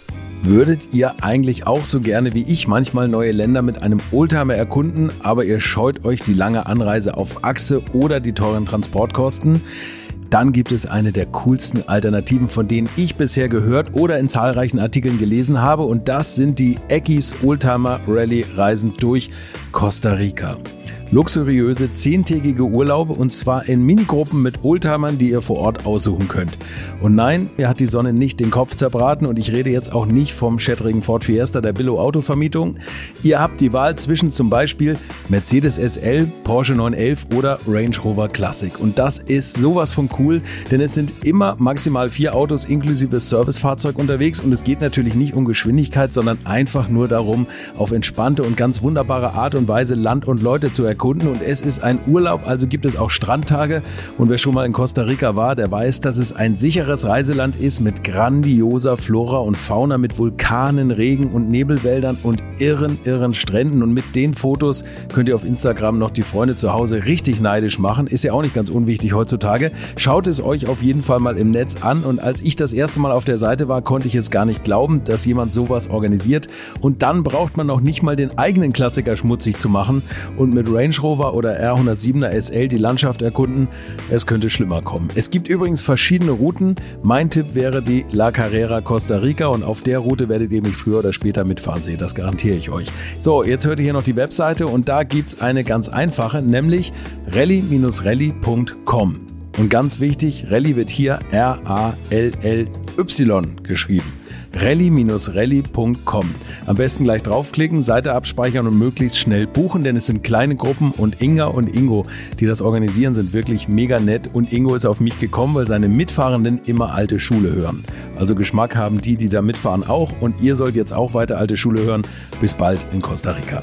B: Würdet ihr eigentlich auch so gerne wie ich manchmal neue Länder mit einem Oldtimer erkunden, aber ihr scheut euch die lange Anreise auf Achse oder die teuren Transportkosten? Dann gibt es eine der coolsten Alternativen, von denen ich bisher gehört oder in zahlreichen Artikeln gelesen habe, und das sind die Eckis Oldtimer Rallye Reisen durch Costa Rica. Luxuriöse 10-tägige Urlaube, und zwar in Minigruppen mit Oldtimern, die ihr vor Ort aussuchen könnt. Und nein, mir hat die Sonne nicht den Kopf zerbraten, und ich rede jetzt auch nicht vom schättrigen Ford Fiesta der Billo Autovermietung. Ihr habt die Wahl zwischen zum Beispiel Mercedes SL, Porsche 911 oder Range Rover Classic. Und das ist sowas von cool, denn es sind immer maximal 4 Autos inklusive Servicefahrzeug unterwegs, und es geht natürlich nicht um Geschwindigkeit, sondern einfach nur darum, auf entspannte und ganz wunderbare Art und Weise Land und Leute zu erkunden. Und es ist ein Urlaub, also gibt es auch Strandtage. Und wer schon mal in Costa Rica war, der weiß, dass es ein sicheres Reiseland ist mit grandioser Flora und Fauna, mit Vulkanen, Regen- und Nebelwäldern und irren Stränden. Und mit den Fotos könnt ihr auf Instagram noch die Freunde zu Hause richtig neidisch machen. Ist ja auch nicht ganz unwichtig heutzutage. Schaut es euch auf jeden Fall mal im Netz an. Und als ich das erste Mal auf der Seite war, konnte ich es gar nicht glauben, dass jemand sowas organisiert. Und dann braucht man noch nicht mal den eigenen Klassiker schmutzig zu machen und mit Range Rover oder R107er SL die Landschaft erkunden. Es könnte schlimmer kommen. Es gibt übrigens verschiedene Routen. Mein Tipp wäre die La Carrera Costa Rica, und auf der Route werdet ihr mich früher oder später mitfahren sehen. Das garantiere ich euch. So, jetzt hört ihr hier noch die Webseite, und da gibt's eine ganz einfache, nämlich rally-rally.com. Und ganz wichtig, Rally wird hier R-A-L-L-Y geschrieben. rally-rally.com. Am besten gleich draufklicken, Seite abspeichern und möglichst schnell buchen, denn es sind kleine Gruppen, und Inga und Ingo, die das organisieren, sind wirklich mega nett, und Ingo ist auf mich gekommen, weil seine Mitfahrenden immer alte Schule hören. Also Geschmack haben die da mitfahren auch, und ihr sollt jetzt auch weiter alte Schule hören. Bis bald in Costa Rica.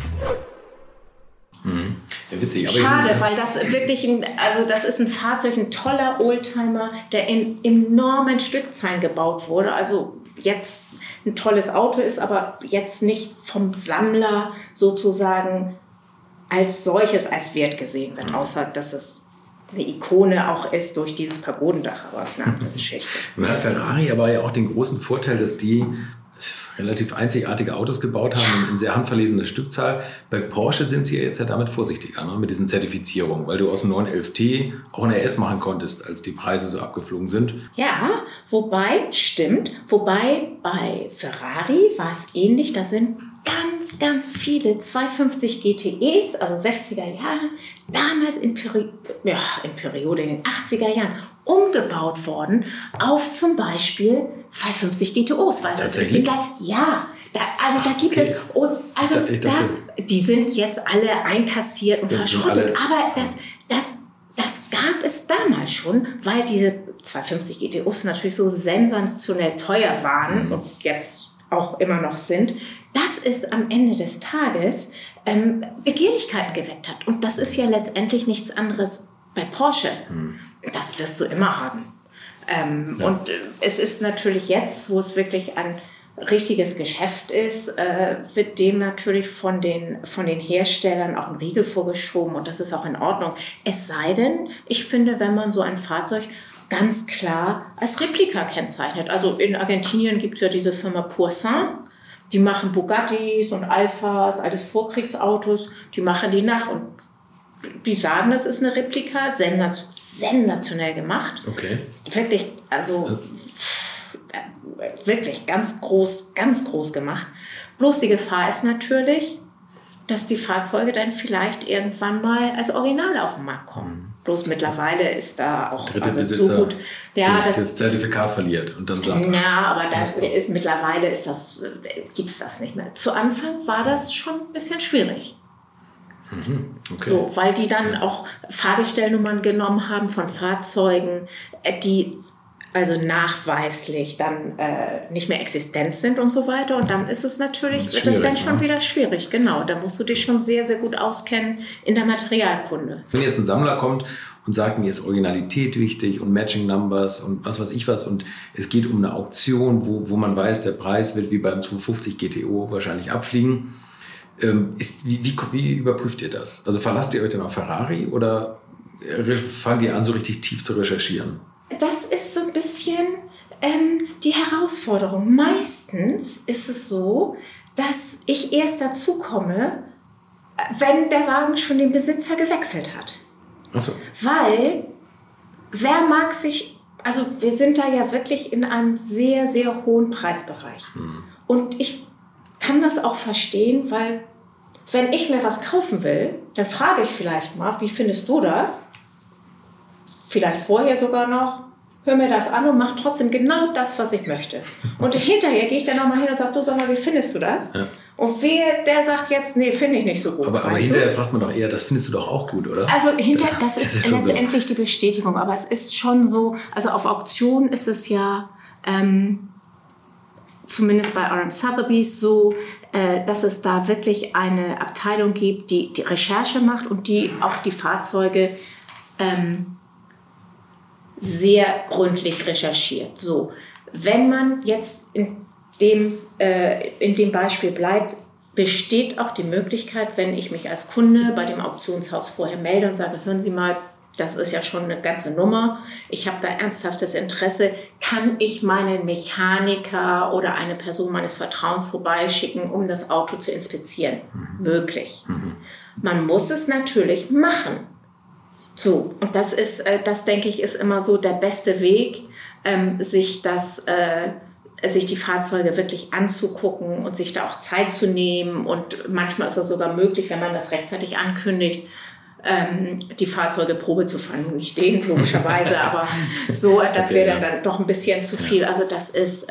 C: Ja, witzig.
A: Schade, weil das wirklich das ist ein Fahrzeug, ein toller Oldtimer, der in enormen Stückzahlen gebaut wurde. Also jetzt ein tolles Auto ist, aber jetzt nicht vom Sammler sozusagen als solches als wert gesehen wird, außer dass es eine Ikone auch ist durch dieses Pagodendach, aber es ist eine andere Geschichte.
C: Ja, Ferrari aber ja auch den großen Vorteil, dass die relativ einzigartige Autos gebaut haben, in sehr handverlesener Stückzahl. Bei Porsche sind sie jetzt ja damit vorsichtiger, ne, mit diesen Zertifizierungen, weil du aus dem 911T auch eine RS machen konntest, als die Preise so abgeflogen sind.
A: Ja, wobei bei Ferrari war es ähnlich, da sind ganz viele 250 GTEs, also 60er Jahre, damals in Periode in den 80er Jahren umgebaut worden auf zum Beispiel 250 GTOs, weil das ist die gleiche. Ja, da gibt es, die sind jetzt alle einkassiert und verschrottet, aber das gab es damals schon, weil diese 250 GTOs natürlich so sensationell teuer waren und jetzt auch immer noch sind, dass es am Ende des Tages Begehrlichkeiten geweckt hat. Und das ist ja letztendlich nichts anderes bei Porsche. Das wirst du immer haben. Und es ist natürlich jetzt, wo es wirklich ein richtiges Geschäft ist, wird dem natürlich von den Herstellern auch ein Riegel vorgeschoben, und das ist auch in Ordnung. Es sei denn, ich finde, wenn man so ein Fahrzeug ganz klar als Replika kennzeichnet. Also in Argentinien gibt es ja diese Firma Pourcin, die machen Bugattis und Alphas, alles Vorkriegsautos, die machen die nach und die sagen, das ist eine Replika, sensationell gemacht.
C: Okay.
A: Wirklich, wirklich ganz groß gemacht. Bloß die Gefahr ist natürlich, dass die Fahrzeuge dann vielleicht irgendwann mal als Original auf den Markt kommen. Bloß mittlerweile ist da auch
C: so gut.
A: Ja,
C: das Zertifikat verliert und dann sagt.
A: Ja, aber mittlerweile gibt es das nicht mehr. Zu Anfang war das schon ein bisschen schwierig.
C: Okay.
A: So, weil die dann auch Fahrgestellnummern genommen haben von Fahrzeugen, die also nachweislich dann nicht mehr existent sind und so weiter. Und dann ist es natürlich, wird das dann schon wieder schwierig. Genau, da musst du dich schon sehr, sehr gut auskennen in der Materialkunde.
C: Wenn jetzt ein Sammler kommt und sagt, mir ist Originalität wichtig und Matching Numbers und was weiß ich was, und es geht um eine Auktion, wo man weiß, der Preis wird wie beim 250 GTO wahrscheinlich abfliegen. Wie überprüft ihr das? Also verlasst ihr euch dann auf Ferrari oder fangt ihr an, so richtig tief zu recherchieren?
A: Das ist so ein bisschen Die Herausforderung. Meistens ist es so, dass ich erst dazu komme, wenn der Wagen schon den Besitzer gewechselt hat.
C: Ach so.
A: Weil, wer mag sich, also wir sind da ja wirklich in einem sehr, sehr hohen Preisbereich. Und ich kann das auch verstehen, weil wenn ich mir was kaufen will, dann frage ich vielleicht mal, wie findest du das? Vielleicht vorher sogar noch. Hör mir das an und mach trotzdem genau das, was ich möchte. Und hinterher gehe ich dann nochmal hin und sage, du sag mal, wie findest du das? Ja. Und der sagt jetzt, nee, finde ich nicht so gut.
C: Aber hinterher fragt man doch eher, das findest du doch auch gut, oder?
A: Also das ist letztendlich so die Bestätigung. Aber es ist schon so, also auf Auktionen ist es ja, zumindest bei RM Sotheby's so, dass es da wirklich eine Abteilung gibt, die Recherche macht und die auch die Fahrzeuge sehr gründlich recherchiert. So, wenn man jetzt in dem Beispiel bleibt, besteht auch die Möglichkeit, wenn ich mich als Kunde bei dem Auktionshaus vorher melde und sage, hören Sie mal, das ist ja schon eine ganze Nummer, ich habe da ernsthaftes Interesse, kann ich meinen Mechaniker oder eine Person meines Vertrauens vorbeischicken, um das Auto zu inspizieren? Möglich. Man muss es natürlich machen. So, und das denke ich, ist immer so der beste Weg, sich die Fahrzeuge wirklich anzugucken und sich da auch Zeit zu nehmen. Und manchmal ist es sogar möglich, wenn man das rechtzeitig ankündigt, die Fahrzeuge Probe zu fahren. Nicht den, logischerweise, aber so, das wäre dann doch ein bisschen zu viel. Also das ist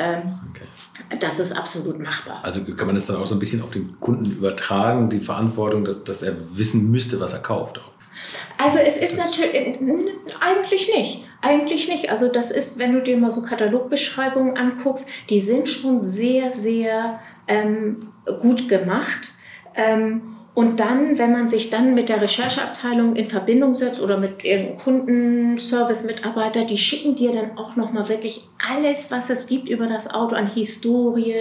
A: absolut machbar.
C: Also kann man das dann auch so ein bisschen auf den Kunden übertragen, die Verantwortung, dass er wissen müsste, was er kauft auch?
A: Also es ist natürlich, eigentlich nicht. Also das ist, wenn du dir mal so Katalogbeschreibungen anguckst, die sind schon sehr, sehr gut gemacht. Und dann, wenn man sich dann mit der Rechercheabteilung in Verbindung setzt oder mit irgendeinem Kundenservice-Mitarbeiter, die schicken dir dann auch nochmal wirklich alles, was es gibt über das Auto, an Historie,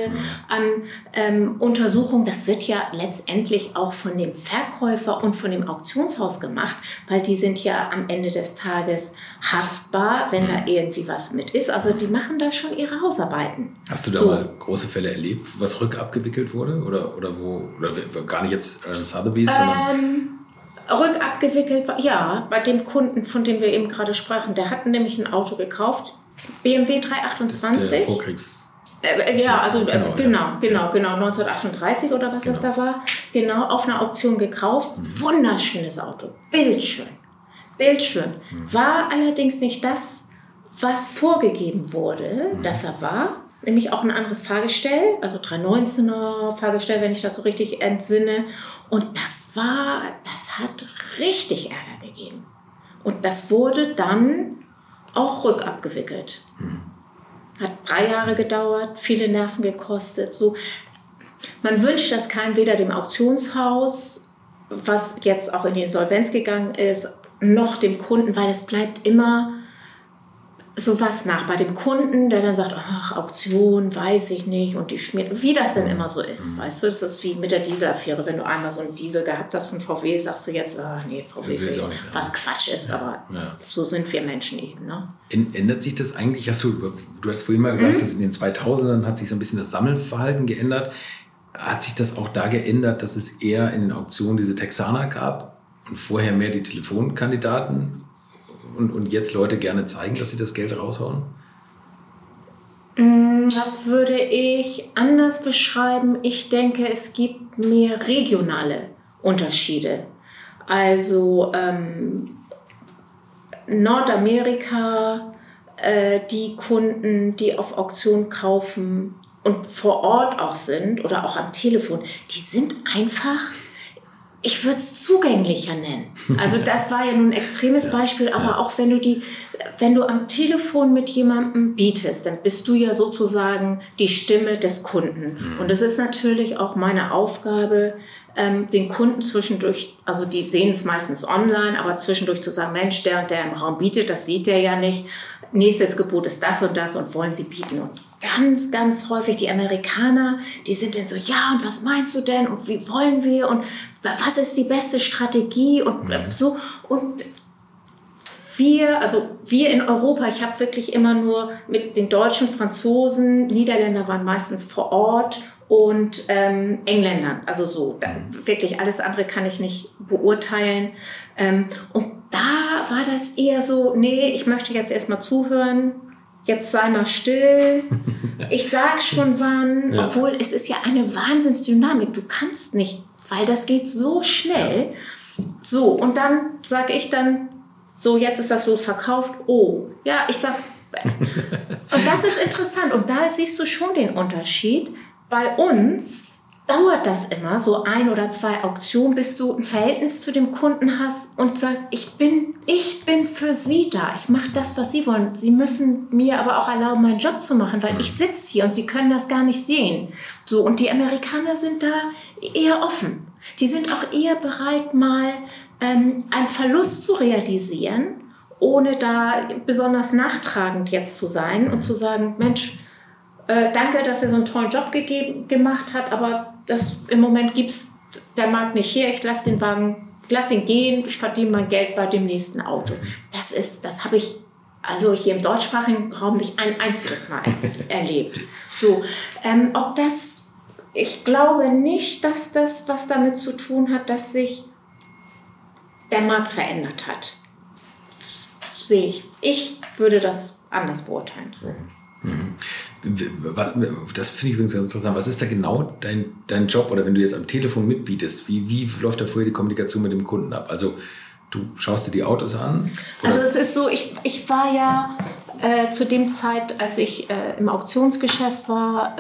A: an Untersuchungen. Das wird ja letztendlich auch von dem Verkäufer und von dem Auktionshaus gemacht, weil die sind ja am Ende des Tages haftbar, wenn da irgendwie was mit ist. Also die machen da schon ihre Hausarbeiten.
C: Hast du da mal große Fälle erlebt, was rückabgewickelt wurde? Oder gar nicht jetzt Sotheby's, sondern
A: rückabgewickelt, ja, bei dem Kunden, von dem wir eben gerade sprachen, der hat nämlich ein Auto gekauft, BMW 328.
C: Der Vorkriegs...
A: Genau, 1938 oder was das da war. Genau, auf einer Auktion gekauft. Wunderschönes Auto, bildschön. War allerdings nicht das, was vorgegeben wurde, dass er war. Nämlich auch ein anderes Fahrgestell, also 319er Fahrgestell, wenn ich das so richtig entsinne. Und das hat richtig Ärger gegeben. Und das wurde dann auch rückabgewickelt. Hat 3 Jahre gedauert, viele Nerven gekostet. So. Man wünscht das keinem, weder dem Auktionshaus, was jetzt auch in die Insolvenz gegangen ist, noch dem Kunden, weil es bleibt immer sowas nach bei dem Kunden, der dann sagt, ach, Auktion, weiß ich nicht, und die schmiert, wie das denn immer so ist, weißt du, das ist wie mit der Dieselaffäre, wenn du einmal so einen Diesel gehabt hast von VW, sagst du jetzt, VW, was Quatsch ist, aber so sind wir Menschen eben. Ne?
C: Ändert sich das eigentlich, du hast vorhin mal gesagt, dass in den 2000ern hat sich so ein bisschen das Sammelverhalten geändert, hat sich das auch da geändert, dass es eher in den Auktionen diese Texaner gab und vorher mehr die Telefonkandidaten? Und jetzt Leute gerne zeigen, dass sie das Geld raushauen?
A: Das würde ich anders beschreiben. Ich denke, es gibt mehr regionale Unterschiede. Also Nordamerika, die Kunden, die auf Auktion kaufen und vor Ort auch sind oder auch am Telefon, die sind einfach... Ich würde es zugänglicher nennen. Also das war ja nun ein extremes Beispiel, aber auch wenn du am Telefon mit jemandem bietest, dann bist du ja sozusagen die Stimme des Kunden. Und es ist natürlich auch meine Aufgabe, den Kunden zwischendurch, also die sehen es meistens online, aber zwischendurch zu sagen, Mensch, der und der im Raum bietet, das sieht der ja nicht. Nächstes Gebot ist das und das und wollen sie bieten. Und ganz, ganz häufig die Amerikaner, die sind dann so, ja, und was meinst du denn und wie wollen wir und was ist die beste Strategie und so. Und wir in Europa, ich habe wirklich immer nur mit den Deutschen, Franzosen, Niederländer waren meistens vor Ort und Engländern, also so, wirklich alles andere kann ich nicht beurteilen. Und da war das eher so, nee, ich möchte jetzt erstmal zuhören, jetzt sei mal still, ich sag schon wann, obwohl es ist ja eine Wahnsinnsdynamik, du kannst nicht, weil das geht so schnell. So, und dann sage ich dann, so, jetzt ist das losverkauft, oh, ja, ich sag, und das ist interessant und da siehst du schon den Unterschied. Bei uns dauert das immer so 1 oder 2 Auktionen, bis du ein Verhältnis zu dem Kunden hast und sagst, ich bin für Sie da. Ich mache das, was Sie wollen. Sie müssen mir aber auch erlauben, meinen Job zu machen, weil ich sitze hier und Sie können das gar nicht sehen. So, und die Amerikaner sind da eher offen. Die sind auch eher bereit, mal einen Verlust zu realisieren, ohne da besonders nachtragend jetzt zu sein und zu sagen, Mensch, danke, dass er so einen tollen Job gemacht hat, aber das im Moment gibt's der Markt nicht her. Ich lasse den Wagen, lasse ihn gehen, ich verdiene mein Geld bei dem nächsten Auto. Das habe ich also hier im deutschsprachigen Raum nicht ein einziges Mal erlebt. So, ich glaube nicht, dass das was damit zu tun hat, dass sich der Markt verändert hat. Das sehe ich. Ich würde das anders beurteilen.
C: Das finde ich übrigens ganz interessant. Was ist da genau dein Job? Oder wenn du jetzt am Telefon mitbietest, wie läuft da vorher die Kommunikation mit dem Kunden ab? Also du schaust dir die Autos an? Oder?
A: Also es ist so, ich war ja zu dem Zeit, als ich im Auktionsgeschäft war,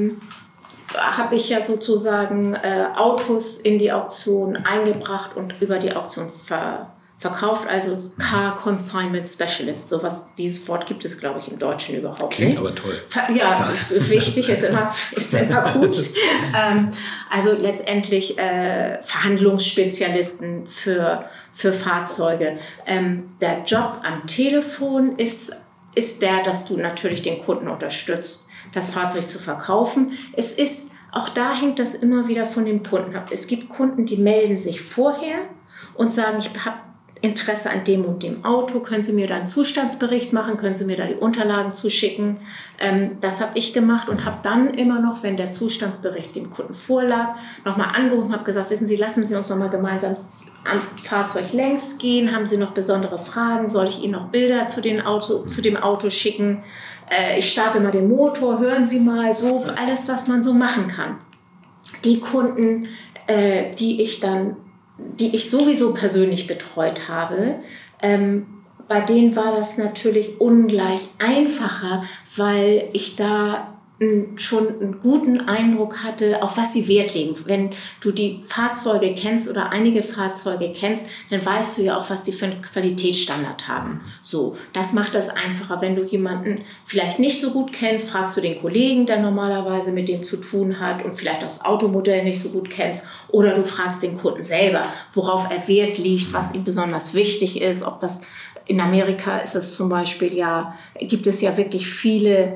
A: habe ich ja sozusagen Autos in die Auktion eingebracht und über die Auktion verkauft, also Car Consignment Specialist. Dieses Wort gibt es, glaube ich, im Deutschen überhaupt nicht.
C: Aber toll.
A: Ja, das ist wichtig, ist immer gut. Also letztendlich Verhandlungsspezialisten für Fahrzeuge. Der Job am Telefon ist der, dass du natürlich den Kunden unterstützt, das Fahrzeug zu verkaufen. Auch da hängt das immer wieder von dem Kunden ab. Es gibt Kunden, die melden sich vorher und sagen, ich habe Interesse an dem und dem Auto, können Sie mir da einen Zustandsbericht machen, können Sie mir da die Unterlagen zuschicken. Das habe ich gemacht und habe dann immer noch, wenn der Zustandsbericht dem Kunden vorlag, nochmal angerufen, habe gesagt, wissen Sie, lassen Sie uns nochmal gemeinsam am Fahrzeug längs gehen, haben Sie noch besondere Fragen, soll ich Ihnen noch Bilder zu dem Auto schicken? Ich starte mal den Motor, hören Sie mal, so alles, was man so machen kann. Die Kunden, die ich sowieso persönlich betreut habe, bei denen war das natürlich ungleich einfacher, weil ich da schon einen guten Eindruck hatte, auf was sie Wert legen. Wenn du die Fahrzeuge kennst oder einige Fahrzeuge kennst, dann weißt du ja auch, was die für einen Qualitätsstandard haben. So, das macht das einfacher. Wenn du jemanden vielleicht nicht so gut kennst, fragst du den Kollegen, der normalerweise mit dem zu tun hat und vielleicht das Automodell nicht so gut kennst, oder du fragst den Kunden selber, worauf er Wert legt, was ihm besonders wichtig ist, ob das in Amerika ist es zum Beispiel gibt es ja wirklich viele,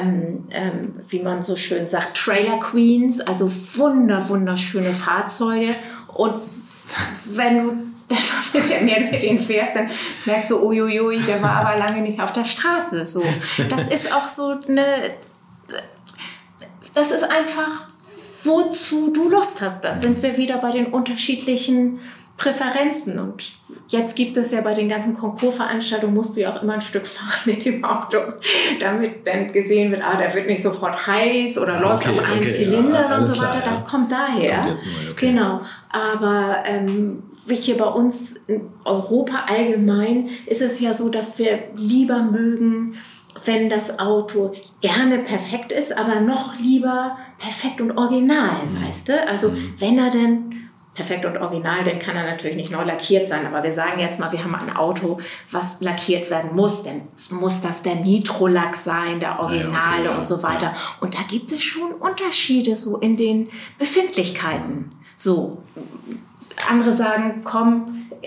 A: wie man so schön sagt, Trailer Queens, also wunderschöne Fahrzeuge. Und wenn du dann ein bisschen mehr mit denen fährst, dann merkst du, uiuiui, der war aber lange nicht auf der Straße. So. Das ist auch so das ist einfach, wozu du Lust hast. Da sind wir wieder bei den unterschiedlichen Präferenzen. Und jetzt gibt es ja bei den ganzen Konkursveranstaltungen, musst du ja auch immer ein Stück fahren mit dem Auto, damit dann gesehen wird, der wird nicht sofort heiß oder läuft auf einen Zylinder und so weiter. Das kommt daher. Das kommt jetzt mal, Genau. Aber wie hier bei uns in Europa allgemein ist es ja so, dass wir lieber mögen, wenn das Auto gerne perfekt ist, aber noch lieber perfekt und original, weißt du? Also wenn er denn perfekt und original, dann kann er natürlich nicht neu lackiert sein. Aber wir sagen jetzt mal, wir haben ein Auto, was lackiert werden muss. Dann muss das der Nitro-Lack sein, der Originale und so weiter. Und da gibt es schon Unterschiede so in den Befindlichkeiten. So, andere sagen, komm,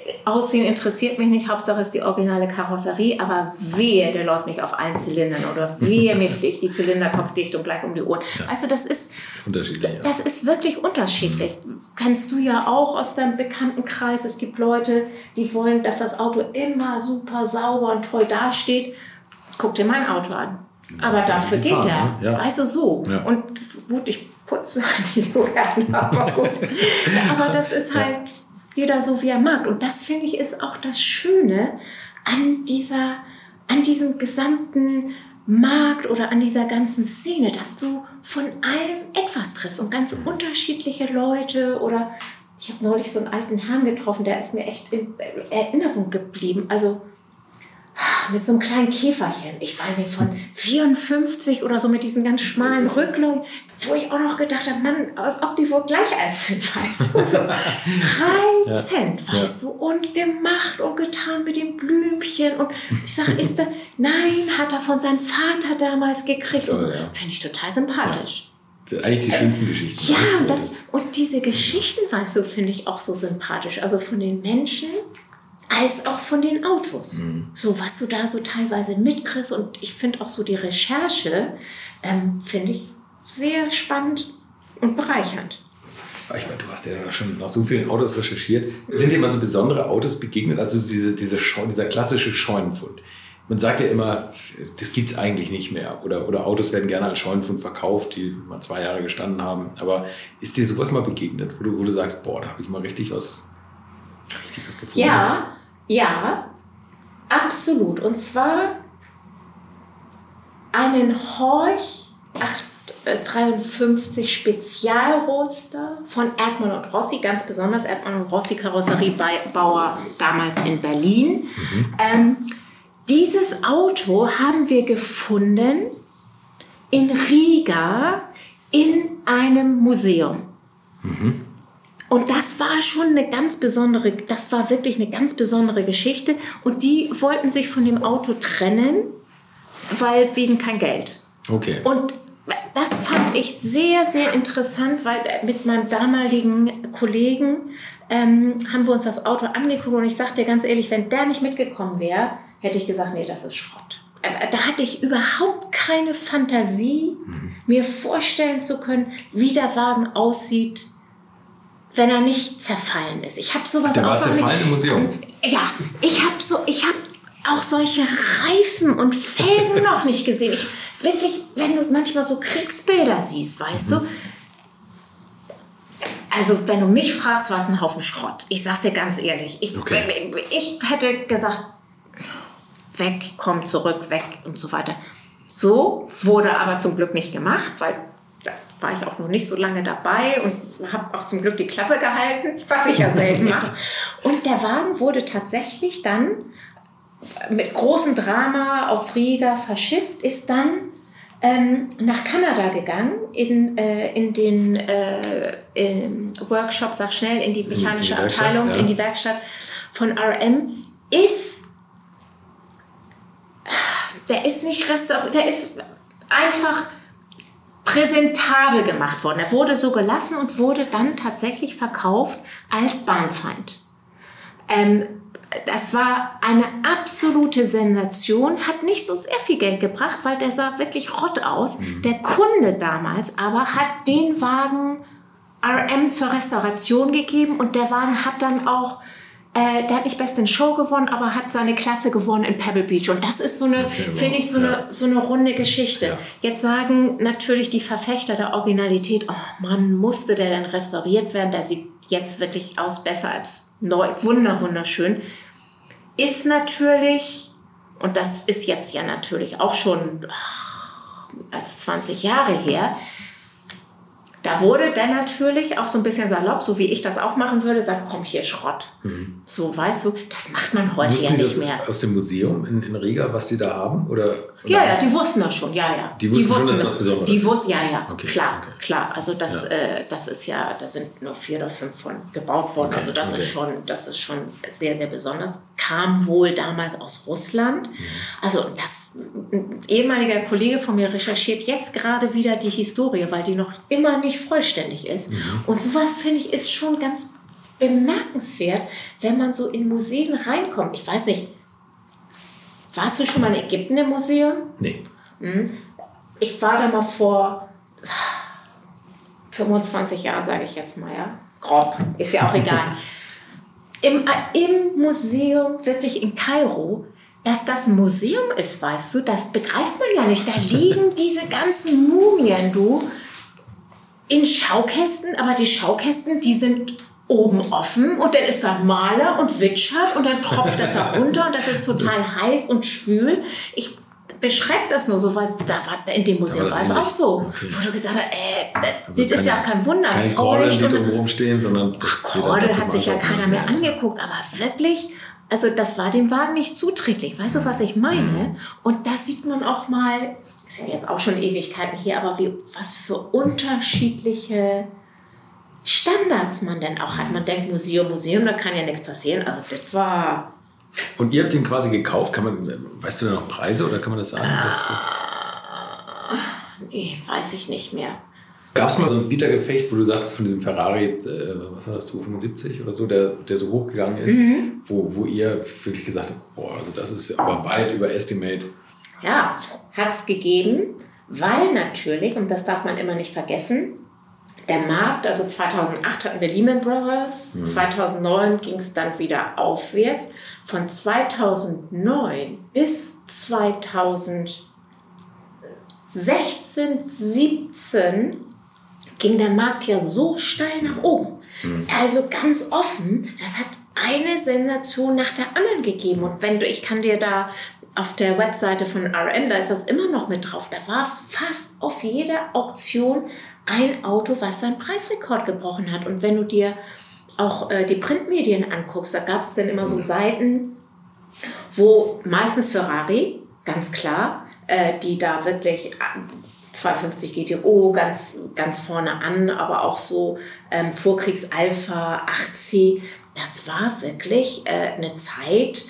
A: Aussehen interessiert mich nicht, Hauptsache ist die originale Karosserie, aber wehe, der läuft nicht auf 1 Zylindern oder wehe, mir fliegt die Zylinderkopf dicht und gleich um die Ohren. Ja. Also das ist wirklich unterschiedlich. Kennst du ja auch aus deinem Bekanntenkreis. Es gibt Leute, die wollen, dass das Auto immer super sauber und toll dasteht. Guck dir mein Auto an. Aber dafür geht er. Ja. Weißt du, so. Ja. Und gut, ich putze nicht so gerne, aber gut. Aber das ist halt jeder so, wie er mag. Und das, finde ich, ist auch das Schöne an diesem gesamten Markt oder an dieser ganzen Szene, dass du von allem etwas triffst und ganz unterschiedliche Leute. Oder ich habe neulich so einen alten Herrn getroffen, der ist mir echt in Erinnerung geblieben. Also mit so einem kleinen Käferchen, ich weiß nicht, von 54 oder so, mit diesen ganz schmalen Rücklungen, wo ich auch noch gedacht habe, Mann, als ob die wohl gleich alt sind, weißt du, so reizend, weißt du, und gemacht und getan mit dem Blümchen und ich sage, nein, hat er von seinem Vater damals gekriegt und so, finde ich total sympathisch.
C: Das sind eigentlich die schönsten Geschichten.
A: Ja, und diese Geschichten, weißt du, finde ich auch so sympathisch, also von den Menschen als auch von den Autos. So, was du da so teilweise mitkriegst und ich finde auch so die Recherche, finde ich sehr spannend und bereichernd.
C: Ich meine, du hast ja schon nach so vielen Autos recherchiert. Sind dir mal so besondere Autos begegnet? Also dieser klassische Scheunenfund. Man sagt ja immer, das gibt es eigentlich nicht mehr. Oder Autos werden gerne als Scheunenfund verkauft, die mal 2 Jahre gestanden haben. Aber ist dir sowas mal begegnet, wo du sagst, boah, da habe ich mal richtig was gefunden?
A: Ja, absolut. Und zwar einen Horch 853 Spezialroadster von Erdmann und Rossi, ganz besonders Erdmann und Rossi, Karosseriebauer damals in Berlin. Dieses Auto haben wir gefunden in Riga in einem Museum. Und das war schon das war wirklich eine ganz besondere Geschichte. Und die wollten sich von dem Auto trennen, weil wegen kein Geld.
C: Okay.
A: Und das fand ich sehr, sehr interessant, weil mit meinem damaligen Kollegen haben wir uns das Auto angeguckt und ich sagte dir ganz ehrlich, wenn der nicht mitgekommen wäre, hätte ich gesagt, nee, das ist Schrott. Da hatte ich überhaupt keine Fantasie, mir vorstellen zu können, wie der Wagen aussieht, wenn er nicht zerfallen ist. Ich habe sowas
C: der war zerfallen im Museum.
A: Ja, ich habe auch solche Reifen und Felgen noch nicht gesehen. Wirklich, wenn du manchmal so Kriegsbilder siehst, weißt du, also wenn du mich fragst, war es ein Haufen Schrott. Ich sag's dir ganz ehrlich. Ich hätte gesagt, weg, komm zurück, weg und so weiter. So wurde aber zum Glück nicht gemacht, weil da war ich auch noch nicht so lange dabei und habe auch zum Glück die Klappe gehalten, was ich ja selten mache. Und der Wagen wurde tatsächlich dann mit großem Drama aus Riga verschifft, ist dann nach Kanada gegangen, in den Workshop, sag schnell, in die mechanische Abteilung, in die Werkstatt von RM, der ist nicht restauriert, der ist einfach präsentabel gemacht worden. Er wurde so gelassen und wurde dann tatsächlich verkauft als Bahnfeind. Das war eine absolute Sensation, hat nicht so sehr viel Geld gebracht, weil der sah wirklich rott aus. Der Kunde damals aber hat den Wagen RM zur Restauration gegeben und der Wagen hat dann auch, der hat nicht Best in Show gewonnen, aber hat seine Klasse gewonnen in Pebble Beach. Und das ist so eine, finde ich, so eine runde Geschichte. Ja. Jetzt sagen natürlich die Verfechter der Originalität, oh Mann, musste der denn restauriert werden? Der sieht jetzt wirklich aus besser als neu. Wunderschön. Ist natürlich, und das ist jetzt ja natürlich auch schon als 20 Jahre her, da wurde dann natürlich auch so ein bisschen salopp, so wie ich das auch machen würde, sagt, komm, hier Schrott. So, weißt du, das macht man heute ja nicht mehr.
C: Aus dem Museum in Riga, was die da haben? Oder?
A: Ja, die wussten das schon, ja.
C: Die wussten schon, dass das was Besonderes ist?
A: Die wussten, ja, okay, klar. Also das ist ja, da sind nur 4 oder 5 von gebaut worden. Also das ist schon sehr, sehr besonders. Kam wohl damals aus Russland. Also ein ehemaliger Kollege von mir recherchiert jetzt gerade wieder die Historie, weil die noch immer nicht vollständig ist. Und sowas, finde ich, ist schon ganz bemerkenswert, wenn man so in Museen reinkommt. Ich weiß nicht, warst du schon mal in Ägypten im Museum?
C: Nee.
A: Ich war da mal vor 25 Jahren, sage ich jetzt mal, ja. Grob, ist ja auch egal. Im Museum, wirklich in Kairo, dass das ein Museum ist, weißt du, das begreift man ja nicht. Da liegen diese ganzen Mumien, in Schaukästen, aber die Schaukästen, die sind oben offen und dann ist da ein Maler und witschert und dann tropft das da runter und das ist total heiß und schwül. Ich beschreibe das nur so, weil da war in dem Museum war es auch so. Okay. Wo du gesagt hast, das ist ja auch kein Wunder.
C: Kein Kordel, die drumherum stehen, sondern...
A: Kordel hat sich ja keiner mehr angeguckt, aber wirklich... Also das war dem Wagen nicht zuträglich. Weißt du, was ich meine? Und das sieht man auch mal, ist ja jetzt auch schon Ewigkeiten hier, aber was für unterschiedliche Standards man denn auch hat. Man denkt Museum, da kann ja nichts passieren. Also das war...
C: Und ihr habt den quasi gekauft? Weißt du da noch Preise oder kann man das sagen?
A: Nee, weiß ich nicht mehr.
C: Gab es mal so ein Bietergefecht, wo du sagtest, von diesem Ferrari, was war das, 275 oder so, der so hochgegangen ist, wo ihr wirklich gesagt habt, boah, also das ist aber weit über Estimate.
A: Ja, hat es gegeben, weil natürlich, und das darf man immer nicht vergessen, der Markt, also 2008 hatten wir Lehman Brothers, 2009 ging es dann wieder aufwärts. Von 2009 bis 2016, 17 ging der Markt ja so steil nach oben. Also ganz offen, das hat eine Sensation nach der anderen gegeben. Und ich kann dir da auf der Webseite von RM, da ist das immer noch mit drauf, da war fast auf jeder Auktion ein Auto, was seinen Preisrekord gebrochen hat. Und wenn du dir auch die Printmedien anguckst, da gab es dann immer so Seiten, wo meistens Ferrari, ganz klar, die da wirklich 250 GTO ganz, ganz vorne an, aber auch so Vorkriegs Alpha 8C. Das war wirklich eine Zeit,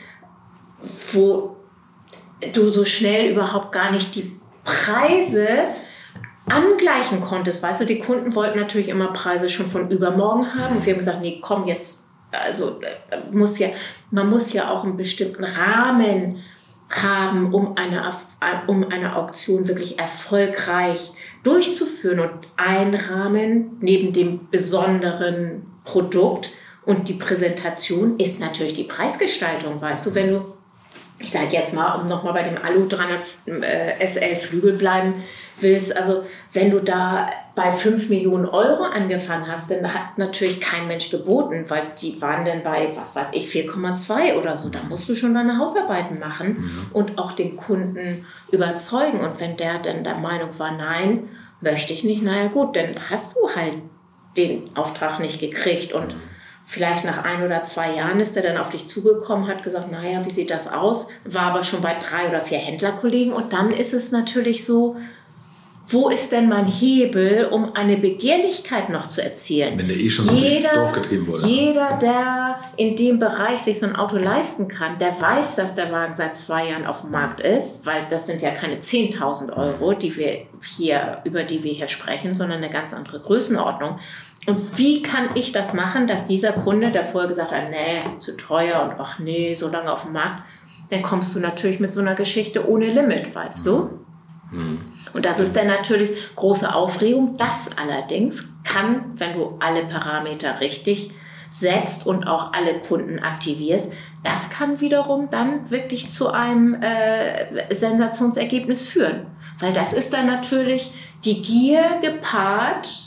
A: wo du so schnell überhaupt gar nicht die Preise angleichen konntest. Weißt du, die Kunden wollten natürlich immer Preise schon von übermorgen haben. Und wir haben gesagt, nee, komm jetzt, also man muss ja auch einen bestimmten Rahmen haben, um eine Auktion wirklich erfolgreich durchzuführen. Und ein Rahmen neben dem besonderen Produkt und die Präsentation ist natürlich die Preisgestaltung. Weißt du, wenn du, ich sage jetzt mal, um nochmal bei dem Alu 300 SL Flügel bleiben willst, also wenn du da bei 5 Millionen Euro angefangen hast, dann hat natürlich kein Mensch geboten, weil die waren dann bei, was weiß ich, 4,2 oder so. Da musst du schon deine Hausarbeiten machen und auch den Kunden überzeugen. Und wenn der dann der Meinung war, nein, möchte ich nicht, naja gut, dann hast du halt den Auftrag nicht gekriegt. Und vielleicht nach 1 oder 2 Jahren ist er dann auf dich zugekommen, hat gesagt, naja, wie sieht das aus? War aber schon bei 3 oder 4 Händlerkollegen. Und dann ist es natürlich so, wo ist denn mein Hebel, um eine Begehrlichkeit noch zu erzielen?
C: Wenn der schon durchs Dorf getrieben wurde.
A: Jeder, der in dem Bereich sich so ein Auto leisten kann, der weiß, dass der Wagen seit 2 Jahren auf dem Markt ist, weil das sind ja keine 10.000 Euro, über die wir hier sprechen, sondern eine ganz andere Größenordnung. Und wie kann ich das machen, dass dieser Kunde, der vorher gesagt hat, nee, zu teuer und ach nee, so lange auf dem Markt, dann kommst du natürlich mit so einer Geschichte ohne Limit, weißt du? Und das ist dann natürlich große Aufregung. Das allerdings kann, wenn du alle Parameter richtig setzt und auch alle Kunden aktivierst, das kann wiederum dann wirklich zu einem Sensationsergebnis führen. Weil das ist dann natürlich die Gier gepaart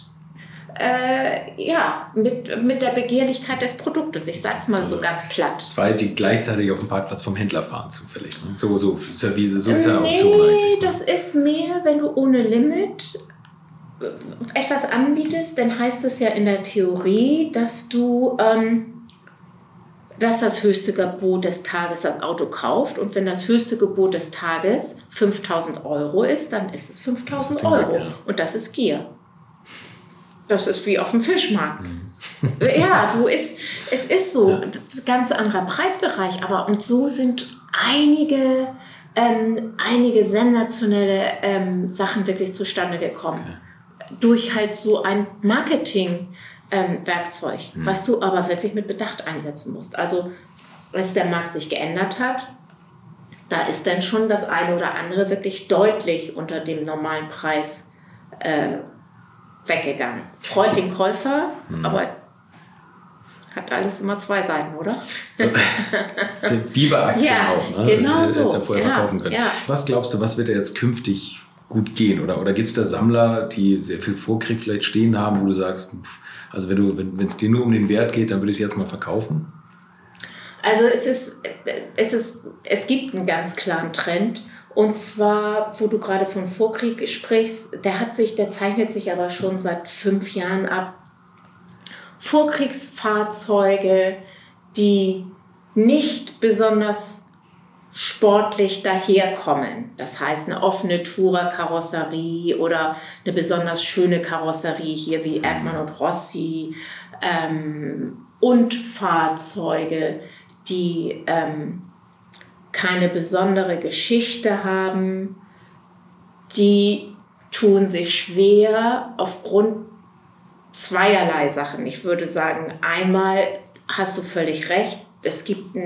A: mit der Begehrlichkeit des Produktes. Ich sag's mal so ganz platt.
C: 2, die gleichzeitig auf dem Parkplatz vom Händler fahren zufällig. So ist ja wie so ist ja Auktion eigentlich.
A: Das ist mehr, wenn du ohne Limit etwas anbietest, dann heißt es ja in der Theorie, dass du dass das höchste Gebot des Tages das Auto kauft. Und wenn das höchste Gebot des Tages 5.000 Euro ist, dann ist es 5.000 Euro. Ja. Und das ist Gier. Das ist wie auf dem Fischmarkt. Ja, es ist so. Das ist ein ganz anderer Preisbereich. Aber und so sind einige sensationelle Sachen wirklich zustande gekommen. Okay. Durch halt so ein Marketing Werkzeug, was du aber wirklich mit Bedacht einsetzen musst. Also, als der Markt sich geändert hat, da ist dann schon das eine oder andere wirklich deutlich unter dem normalen Preis weggegangen. Freut den Käufer, aber hat alles immer zwei Seiten, oder?
C: Das sind Biber-Aktien auch, ne?
A: Genau so.
C: Die jetzt ja vorher verkaufen können. Ja. Was glaubst du, was wird da jetzt künftig gut gehen? Oder gibt es da Sammler, die sehr viel Vorkrieg vielleicht stehen haben, wo du sagst, also wenn es dir nur um den Wert geht, dann würde ich es jetzt mal verkaufen?
A: Also es gibt einen ganz klaren Trend. Und zwar, wo du gerade von Vorkrieg sprichst, der zeichnet sich aber schon seit 5 Jahren ab. Vorkriegsfahrzeuge, die nicht besonders sportlich daherkommen. Das heißt, eine offene Tourer-Karosserie oder eine besonders schöne Karosserie hier wie Erdmann und Rossi und Fahrzeuge, die keine besondere Geschichte haben, die tun sich schwer aufgrund zweierlei Sachen. Ich würde sagen, einmal hast du völlig recht, es gibt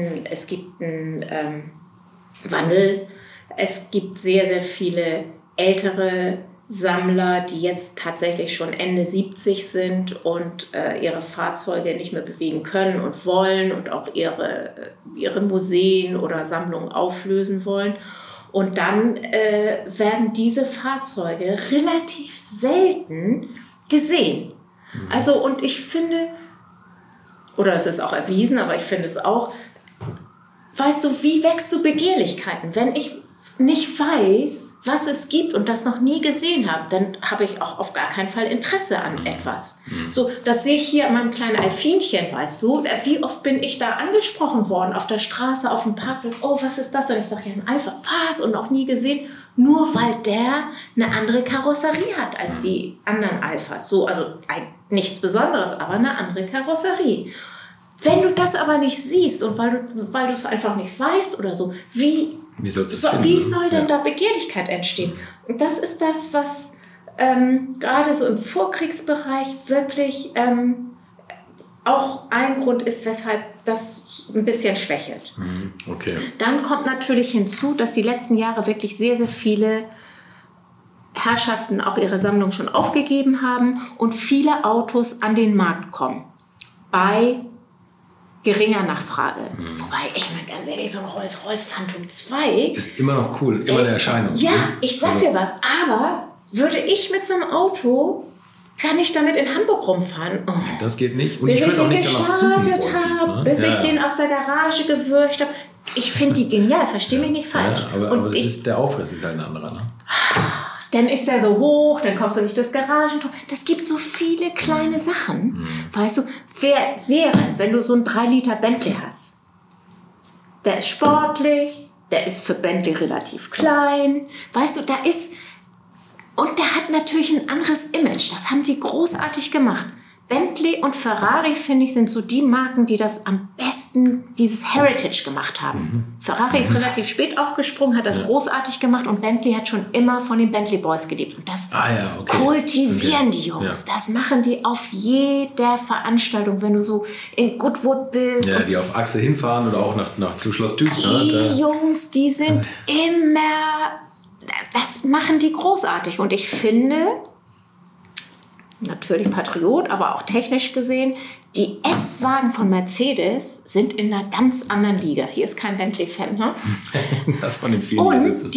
A: einen Wandel. Es gibt sehr, sehr viele ältere Sammler, die jetzt tatsächlich schon Ende 70 sind und ihre Fahrzeuge nicht mehr bewegen können und wollen und auch ihre Museen oder Sammlungen auflösen wollen. Und dann werden diese Fahrzeuge relativ selten gesehen. Also, und ich finde, oder es ist auch erwiesen, aber ich finde es auch, weißt du, wie wächst du Begehrlichkeiten? Wenn ich nicht weiß, was es gibt und das noch nie gesehen habe, dann habe ich auch auf gar keinen Fall Interesse an etwas. So, das sehe ich hier an meinem kleinen Alfinchen, weißt du, wie oft bin ich da angesprochen worden auf der Straße, auf dem Parkplatz, oh, was ist das? Und ich sage, ja, ein Alpha, was? Und noch nie gesehen, nur weil der eine andere Karosserie hat als die anderen Alphas. So, also nichts Besonderes, aber eine andere Karosserie. Wenn du das aber nicht siehst und weil du es einfach nicht weißt oder so, wie soll denn da Begehrlichkeit entstehen? Und das ist das, was gerade so im Vorkriegsbereich wirklich auch ein Grund ist, weshalb das ein bisschen schwächelt.
C: Okay.
A: Dann kommt natürlich hinzu, dass die letzten Jahre wirklich sehr, sehr viele Herrschaften auch ihre Sammlung schon aufgegeben haben und viele Autos an den Markt kommen. Bei geringer Nachfrage. Wobei, ich meine ganz ehrlich, so ein Rolls-Royce Phantom 2
C: ist immer noch cool, immer eine Erscheinung.
A: Ja, ich sag dir was, aber würde ich mit so einem Auto, kann ich damit in Hamburg rumfahren? Oh.
C: Das geht nicht. Und ich würde auch nicht danach suchen.
A: Bis ich den aus der Garage gewürcht habe. Ich finde die genial, verstehe mich nicht falsch.
C: Ja, aber der Aufriss ist halt ein anderer, ne?
A: Dann ist der so hoch, dann kommst du nicht durchs Garagentor. Das gibt so viele kleine Sachen. Weißt du, wenn du so einen 3 Liter Bentley hast, der ist sportlich, der ist für Bentley relativ klein. Weißt du, und der hat natürlich ein anderes Image. Das haben die großartig gemacht. Bentley und Ferrari, finde ich, sind so die Marken, die das am besten, dieses Heritage gemacht haben. Ferrari ist relativ spät aufgesprungen, hat das großartig gemacht und Bentley hat schon immer von den Bentley Boys gelebt. Und das kultivieren die Jungs. Ja. Das machen die auf jeder Veranstaltung, wenn du so in Goodwood bist.
C: Ja, die auf Achse hinfahren oder auch nach zu Schloss Dück.
A: Die Jungs, die sind immer, das machen die großartig. Und ich finde, natürlich Patriot, aber auch technisch gesehen, die S-Wagen von Mercedes sind in einer ganz anderen Liga. Hier ist kein Bentley-Fan, ne?
C: Das von den vielen
A: und
C: sitzen.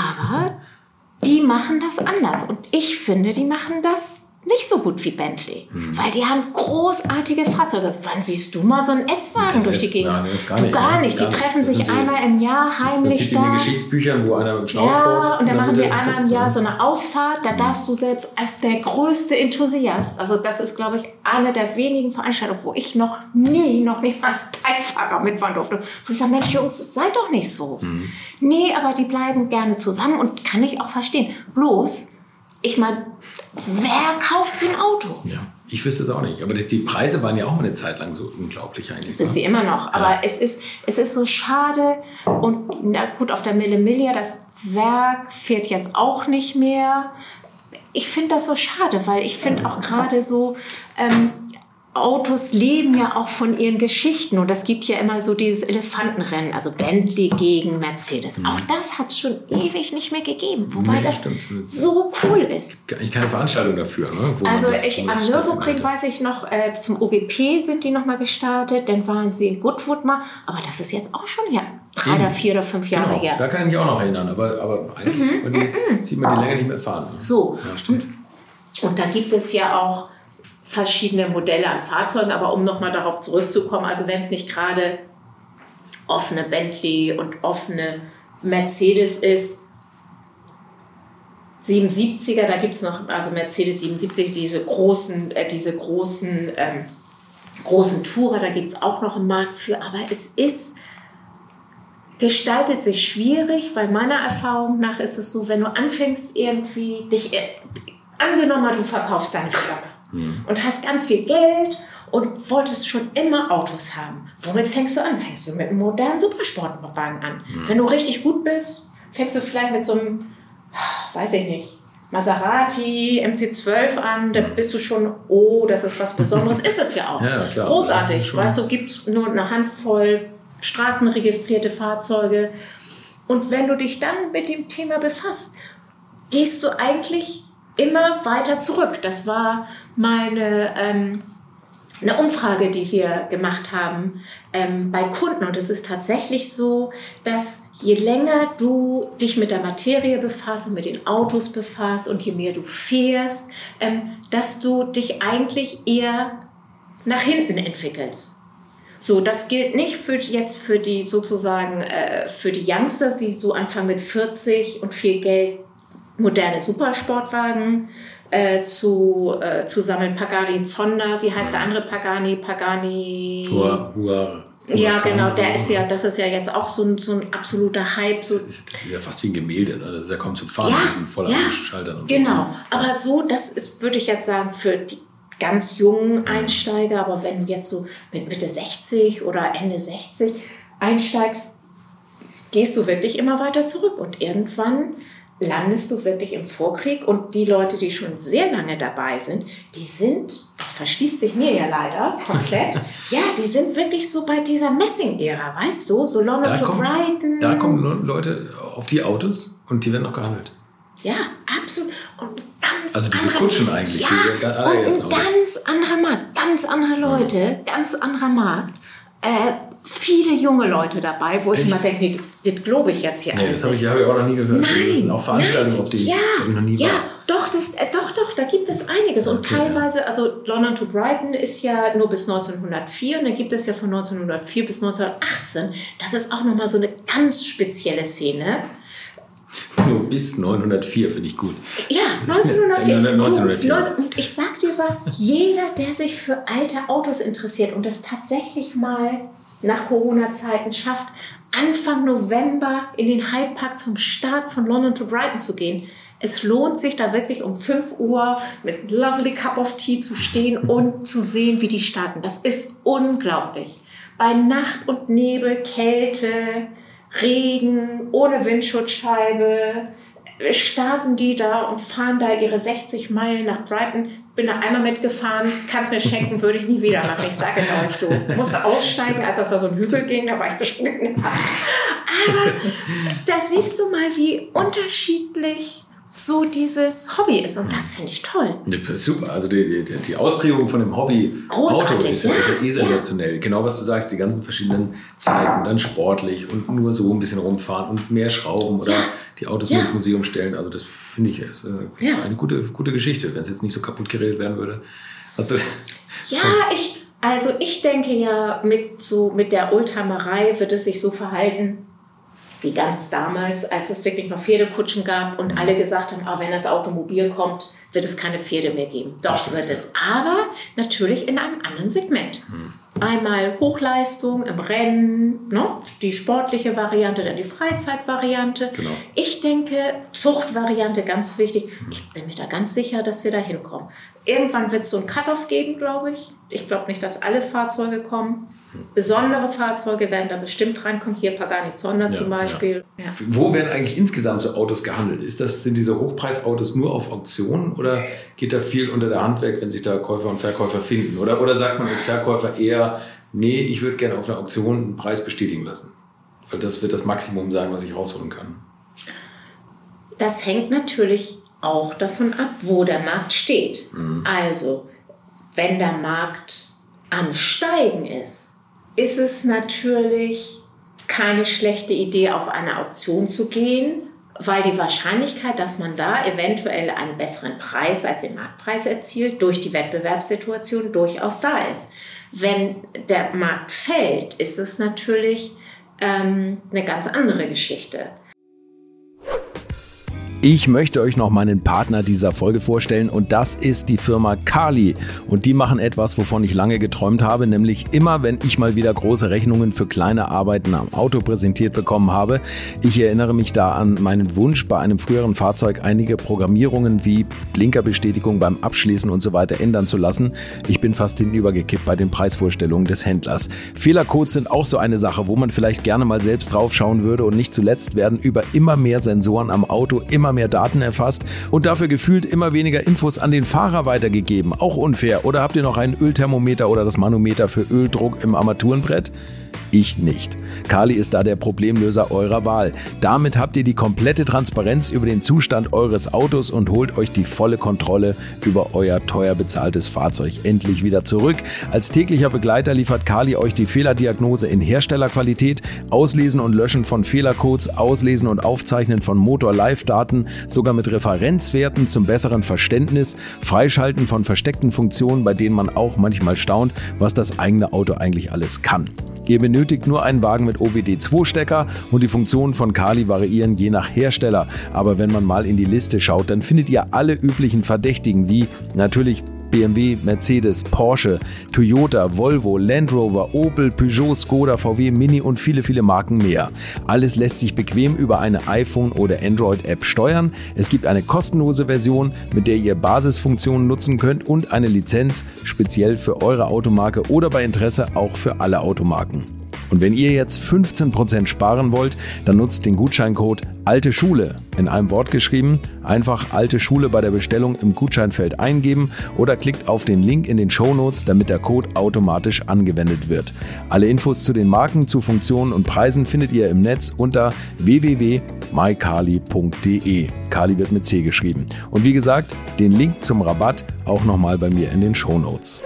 A: Die machen das anders. Und ich finde, die machen das nicht so gut wie Bentley. Weil die haben großartige Fahrzeuge. Wann siehst du mal so einen S-Wagen durch die Gegend? Gar nicht. Die treffen sich einmal im Jahr heimlich da.
C: Man sieht in den Geschichtsbüchern, wo einer mit dem Schnauz baut.
A: Und dann machen sie einmal im Jahr so eine Ausfahrt. Da darfst du selbst als der größte Enthusiast, also das ist, glaube ich, eine der wenigen Veranstaltungen, wo ich noch nicht mal als Beifahrer mitfahren durfte. Wo ich sage, Mensch, Jungs, seid doch nicht so. Nee, aber die bleiben gerne zusammen und kann ich auch verstehen. Bloß, ich meine, wer kauft so ein Auto?
C: Ja, ich wüsste es auch nicht. Aber die Preise waren ja auch mal eine Zeit lang so unglaublich eigentlich.
A: Sind sie immer noch. Aber es ist so schade. Und na gut, auf der Mille Miglia, das Werk fährt jetzt auch nicht mehr. Ich finde das so schade, weil ich finde auch gerade so Autos leben ja auch von ihren Geschichten und es gibt ja immer so dieses Elefantenrennen, also Bentley gegen Mercedes. Auch das hat es schon ewig nicht mehr gegeben, wobei das so cool ist.
C: Eigentlich keine Veranstaltung dafür, ne?
A: Also am Nürburgring weiß ich noch, zum OGP sind die nochmal gestartet, dann waren sie in Goodwood mal, aber das ist jetzt auch schon 3 oder 4 oder 5 Jahre her.
C: Da kann ich mich auch noch erinnern, aber eigentlich sieht man die länger nicht mehr fahren.
A: So,
C: ja, stimmt.
A: Und da gibt es ja auch verschiedene Modelle an Fahrzeugen, aber um nochmal darauf zurückzukommen, also wenn es nicht gerade offene Bentley und offene Mercedes ist, 77er, da gibt es noch, also Mercedes 77, diese großen Tourer, da gibt es auch noch einen Markt für, aber es gestaltet sich schwierig, weil meiner Erfahrung nach ist es so, wenn du anfängst irgendwie angenommen, du verkaufst deine Firma und hast ganz viel Geld und wolltest schon immer Autos haben. Womit fängst du an? Fängst du mit einem modernen Supersportwagen an. Wenn du richtig gut bist, fängst du vielleicht mit so einem, weiß ich nicht, Maserati MC12 an, dann bist du schon, das ist was Besonderes. Ist es ja auch.
C: Ja, klar.
A: Großartig. Weißt du, gibt es nur eine Handvoll straßenregistrierte Fahrzeuge. Und wenn du dich dann mit dem Thema befasst, gehst du eigentlich immer weiter zurück. Das war mal eine Umfrage, die wir gemacht haben bei Kunden. Und es ist tatsächlich so, dass je länger du dich mit der Materie befasst und mit den Autos befasst und je mehr du fährst, dass du dich eigentlich eher nach hinten entwickelst. So, das gilt nicht für die sozusagen für die Youngsters, die so anfangen mit 40 und viel Geld moderne Supersportwagen zu sammeln. Pagani Zonda, wie heißt der andere Pagani? Ja, genau, das ist ja jetzt auch so ein absoluter Hype. So.
C: Das ist ja fast wie ein Gemälde, ne? Das ist ja kaum zu fahren, diesen voller Schaltern und
A: genau. So. Aber so, das ist, würde ich jetzt sagen, für die ganz jungen Einsteiger, aber wenn du jetzt so mit Mitte 60 oder Ende 60 einsteigst, gehst du wirklich immer weiter zurück und irgendwann landest du wirklich im Vorkrieg und die Leute, die schon sehr lange dabei sind, das verschließt sich mir ja leider komplett, die sind wirklich so bei dieser Messing-Ära, weißt du, so London to Brighton.
C: Da kommen Leute auf die Autos und die werden noch gehandelt.
A: Ja, absolut. Und
C: also diese Kutschen eigentlich, die allerersten
A: Autos. Ganz anderer Markt, ganz andere Leute, ganz anderer Markt. Viele junge Leute dabei, wo ich immer denke, das glaube ich jetzt hier.
C: Nee, das habe ich auch noch nie gehört.
A: Nein,
C: das sind auch Veranstaltungen, auf die ich noch nie war.
A: Ja, doch, da gibt es einiges. Und teilweise, also London to Brighton ist ja nur bis 1904 und dann gibt es ja von 1904 bis 1918. Das ist auch nochmal so eine ganz spezielle Szene.
C: Nur bis 904 finde ich gut.
A: Ja, 1904.
C: 1904.
A: Und ich sag dir was, jeder, der sich für alte Autos interessiert und das tatsächlich mal nach Corona-Zeiten schafft, Anfang November in den Hyde Park zum Start von London to Brighton zu gehen. Es lohnt sich da wirklich um 5 Uhr mit lovely cup of tea zu stehen und zu sehen, wie die starten. Das ist unglaublich. Bei Nacht und Nebel, Kälte, Regen, ohne Windschutzscheibe, starten die da und fahren da ihre 60 Meilen nach Brighton. Bin da einmal mitgefahren, kannst mir schenken, würde ich nie wieder machen. Ich sage euch, du musst aussteigen, als das da so ein Hügel ging, da war ich schon genervt. Aber da siehst du mal, wie unterschiedlich so dieses Hobby ist. Und das finde ich toll.
C: Ja, super. Also die Ausprägung von dem Hobby Auto ist ja sensationell. Genau, was du sagst, die ganzen verschiedenen Zeiten, dann sportlich und nur so ein bisschen rumfahren und mehr schrauben oder die Autos nur ins Museum stellen. Also das finde ich ist eine gute Geschichte, wenn es jetzt nicht so kaputt geredet werden würde. Also
A: ich denke ja, mit der Oldtimerei wird es sich so verhalten, wie ganz damals, als es wirklich noch Pferdekutschen gab und alle gesagt haben, wenn das Automobil kommt, wird es keine Pferde mehr geben. Doch wird es, aber natürlich in einem anderen Segment. Einmal Hochleistung im Rennen, die sportliche Variante, dann die Freizeitvariante.
C: Genau.
A: Ich denke, Zuchtvariante ganz wichtig. Ich bin mir da ganz sicher, dass wir da hinkommen. irgendwann wird es so ein Cut-Off geben, glaube ich. Ich glaube nicht, dass alle Fahrzeuge kommen. Besondere Fahrzeuge werden da bestimmt reinkommen. Hier Pagani Zonda zum Beispiel. Ja. Ja.
C: Wo werden eigentlich insgesamt so Autos gehandelt? Sind diese Hochpreisautos nur auf Auktionen oder geht da viel unter der Hand weg, wenn sich da Käufer und Verkäufer finden? Oder sagt man als Verkäufer eher, nee, ich würde gerne auf einer Auktion einen Preis bestätigen lassen? Weil das wird das Maximum sein, was ich rausholen kann.
A: Das hängt natürlich auch davon ab, wo der Markt steht. Also, wenn der Markt am Steigen ist es natürlich keine schlechte Idee, auf eine Auktion zu gehen, weil die Wahrscheinlichkeit, dass man da eventuell einen besseren Preis als den Marktpreis erzielt, durch die Wettbewerbssituation durchaus da ist. Wenn der Markt fällt, ist es natürlich eine ganz andere Geschichte.
B: Ich möchte euch noch meinen Partner dieser Folge vorstellen und das ist die Firma Carli. Und die machen etwas, wovon ich lange geträumt habe, nämlich immer, wenn ich mal wieder große Rechnungen für kleine Arbeiten am Auto präsentiert bekommen habe. Ich erinnere mich da an meinen Wunsch, bei einem früheren Fahrzeug einige Programmierungen wie Blinkerbestätigung beim Abschließen und so weiter ändern zu lassen. Ich bin fast hinübergekippt bei den Preisvorstellungen des Händlers. Fehlercodes sind auch so eine Sache, wo man vielleicht gerne mal selbst drauf schauen würde und nicht zuletzt werden über immer mehr Sensoren am Auto immer mehr Daten erfasst und dafür gefühlt immer weniger Infos an den Fahrer weitergegeben. Auch unfair. Oder habt ihr noch einen Ölthermometer oder das Manometer für Öldruck im Armaturenbrett? Ich nicht. Carli ist da der Problemlöser eurer Wahl. Damit habt ihr die komplette Transparenz über den Zustand eures Autos und holt euch die volle Kontrolle über euer teuer bezahltes Fahrzeug endlich wieder zurück. Als täglicher Begleiter liefert Carli euch die Fehlerdiagnose in Herstellerqualität, Auslesen und Löschen von Fehlercodes, Auslesen und Aufzeichnen von Motor-Live-Daten, sogar mit Referenzwerten zum besseren Verständnis, Freischalten von versteckten Funktionen, bei denen man auch manchmal staunt, was das eigene Auto eigentlich alles kann. Ihr benötigt nur einen Wagen mit OBD2-Stecker und die Funktionen von Carli variieren je nach Hersteller. Aber wenn man mal in die Liste schaut, dann findet ihr alle üblichen Verdächtigen wie natürlich BMW, Mercedes, Porsche, Toyota, Volvo, Land Rover, Opel, Peugeot, Skoda, VW, Mini und viele, viele Marken mehr. Alles lässt sich bequem über eine iPhone- oder Android-App steuern. Es gibt eine kostenlose Version, mit der ihr Basisfunktionen nutzen könnt und eine Lizenz speziell für eure Automarke oder bei Interesse auch für alle Automarken. Und wenn ihr jetzt 15% sparen wollt, dann nutzt den Gutscheincode Alte Schule, in einem Wort geschrieben, einfach Alte Schule bei der Bestellung im Gutscheinfeld eingeben oder klickt auf den Link in den Shownotes, damit der Code automatisch angewendet wird. Alle Infos zu den Marken, zu Funktionen und Preisen findet ihr im Netz unter www.mycarli.de. Carli wird mit C geschrieben. Und wie gesagt, den Link zum Rabatt auch nochmal bei mir in den Shownotes.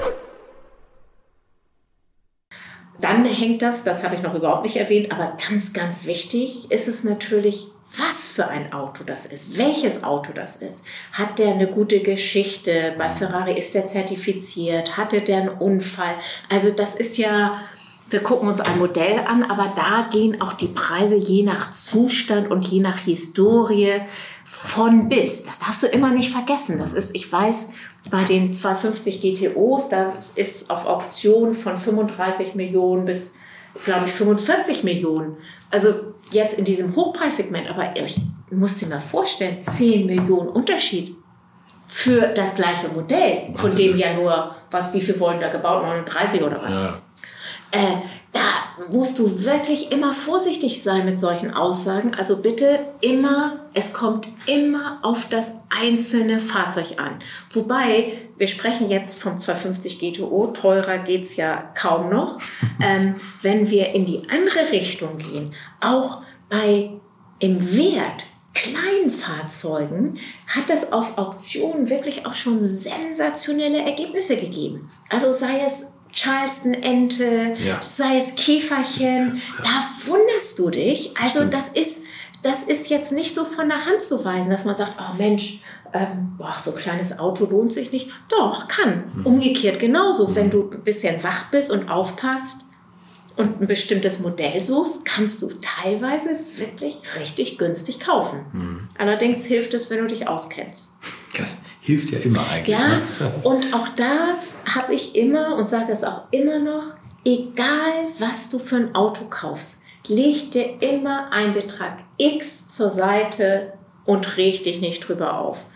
A: Dann hängt das habe ich noch überhaupt nicht erwähnt, aber ganz, ganz wichtig ist es natürlich, was für ein Auto das ist, welches Auto das ist. Hat der eine gute Geschichte? Bei Ferrari ist der zertifiziert? Hatte der einen Unfall? Also das ist ja, wir gucken uns ein Modell an, aber da gehen auch die Preise je nach Zustand und je nach Historie von bis. Das darfst du immer nicht vergessen. Das ist, ich weiß, bei den 250 GTOs, da ist auf Auktion von 35 Millionen bis, glaube ich, 45 Millionen. Also jetzt in diesem Hochpreissegment, aber ich muss dir mal vorstellen, 10 Millionen Unterschied für das gleiche Modell, Wahnsinn. Von dem ja nur, wie viel wurden da gebaut, 39 oder was? Ja. Da musst du wirklich immer vorsichtig sein mit solchen Aussagen. Also bitte es kommt immer auf das einzelne Fahrzeug an. Wobei, wir sprechen jetzt vom 250 GTO, teurer geht es ja kaum noch. Wenn wir in die andere Richtung gehen, auch im Wert kleinen Fahrzeugen hat es auf Auktionen wirklich auch schon sensationelle Ergebnisse gegeben. Also sei es Charleston-Ente, sei es Käferchen, da wunderst du dich. Also das ist jetzt nicht so von der Hand zu weisen, dass man sagt, oh Mensch, so ein kleines Auto lohnt sich nicht. Doch, kann. Umgekehrt genauso. Wenn du ein bisschen wach bist und aufpasst und ein bestimmtes Modell suchst, kannst du teilweise wirklich richtig günstig kaufen. Allerdings hilft es, wenn du dich auskennst.
C: Das hilft ja immer eigentlich.
A: Ja, ne? Und auch da habe ich immer und sage es auch immer noch, egal was du für ein Auto kaufst, leg dir immer einen Betrag X zur Seite und reg dich nicht drüber auf.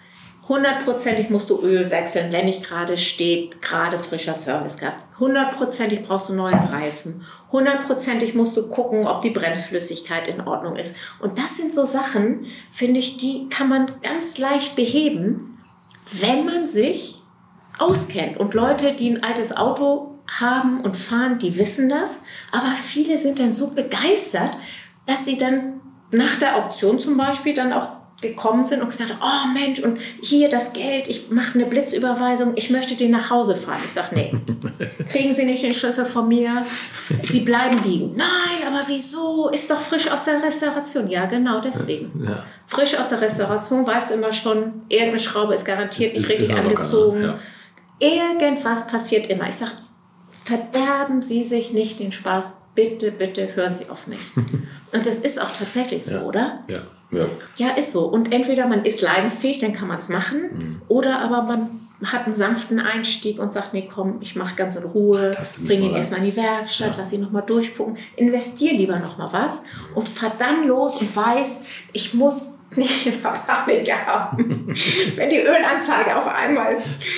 A: 100%ig musst du Öl wechseln, wenn nicht gerade steht, gerade frischer Service gehabt. 100%ig brauchst du neue Reifen. 100%ig musst du gucken, ob die Bremsflüssigkeit in Ordnung ist. Und das sind so Sachen, finde ich, die kann man ganz leicht beheben, wenn man sich auskennt. Und Leute, die ein altes Auto haben und fahren, die wissen das. Aber viele sind dann so begeistert, dass sie dann nach der Auktion zum Beispiel dann auch gekommen sind und gesagt haben, oh Mensch, und hier das Geld, ich mache eine Blitzüberweisung, ich möchte den nach Hause fahren. Ich sage, nee, kriegen Sie nicht den Schlüssel von mir, Sie bleiben liegen. Nein, aber wieso? Ist doch frisch aus der Restauration. Ja, genau deswegen. Ja. Frisch aus der Restauration, weißt du immer schon, irgendeine Schraube ist garantiert nicht richtig angezogen. Ja. Irgendwas passiert immer. Ich sage, verderben Sie sich nicht den Spaß. Bitte, bitte hören Sie auf mich. Und das ist auch tatsächlich so, oder?
C: Ja. Ja.
A: Ja, ist so. Und entweder man ist leidensfähig, dann kann man es machen, oder aber man hat einen sanften Einstieg und sagt, nee, komm, ich mache ganz in Ruhe, bring ihn erstmal in die Werkstatt, lass ihn nochmal durchgucken, investiere lieber nochmal was und fahr dann los und weiß, ich muss nicht immer Panik haben, wenn die Ölanzeige auf einmal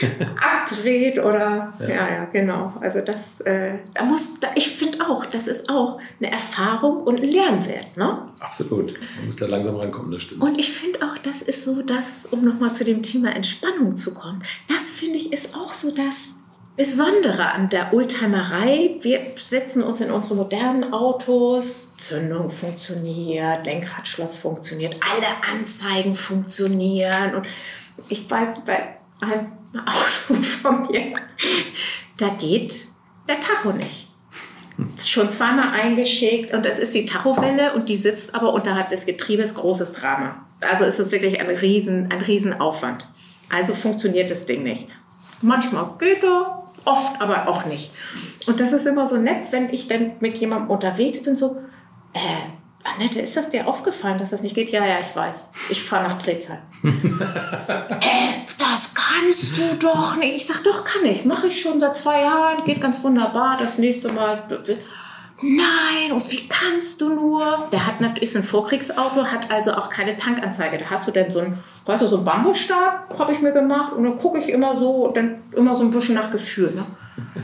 A: abdreht oder, ja, genau. Also das, ich finde auch, das ist auch eine Erfahrung und ein Lernwert, ne?
C: Absolut. Man muss da langsam reinkommen, das stimmt.
A: Und ich finde auch, das ist so das, um nochmal zu dem Thema Entspannung zu kommen, das finde ich ist auch so das Besondere an der Oldtimerei. Wir setzen uns in unsere modernen Autos, Zündung funktioniert, Lenkradschloss funktioniert, alle Anzeigen funktionieren. Und ich weiß, bei einem Auto von mir, da geht der Tacho nicht. Schon zweimal eingeschickt und es ist die Tachowelle und die sitzt aber unterhalb des Getriebes, großes Drama. Also ist es wirklich ein Riesenaufwand. Also funktioniert das Ding nicht. Manchmal geht er, oft aber auch nicht. Und das ist immer so nett, wenn ich dann mit jemandem unterwegs bin, so, Annette, ist das dir aufgefallen, dass das nicht geht? Ja, ich weiß. Ich fahre nach Drehzahl. Das kannst du doch nicht. Ich sag, doch, kann ich. Mache ich schon seit 2 Jahren. Geht ganz wunderbar. Das nächste Mal. Nein, und wie kannst du nur? Ist ein Vorkriegsauto, hat also auch keine Tankanzeige. Da hast du dann so einen Bambusstab, habe ich mir gemacht. Und dann gucke ich immer so und dann immer so ein bisschen nach Gefühl. Ne?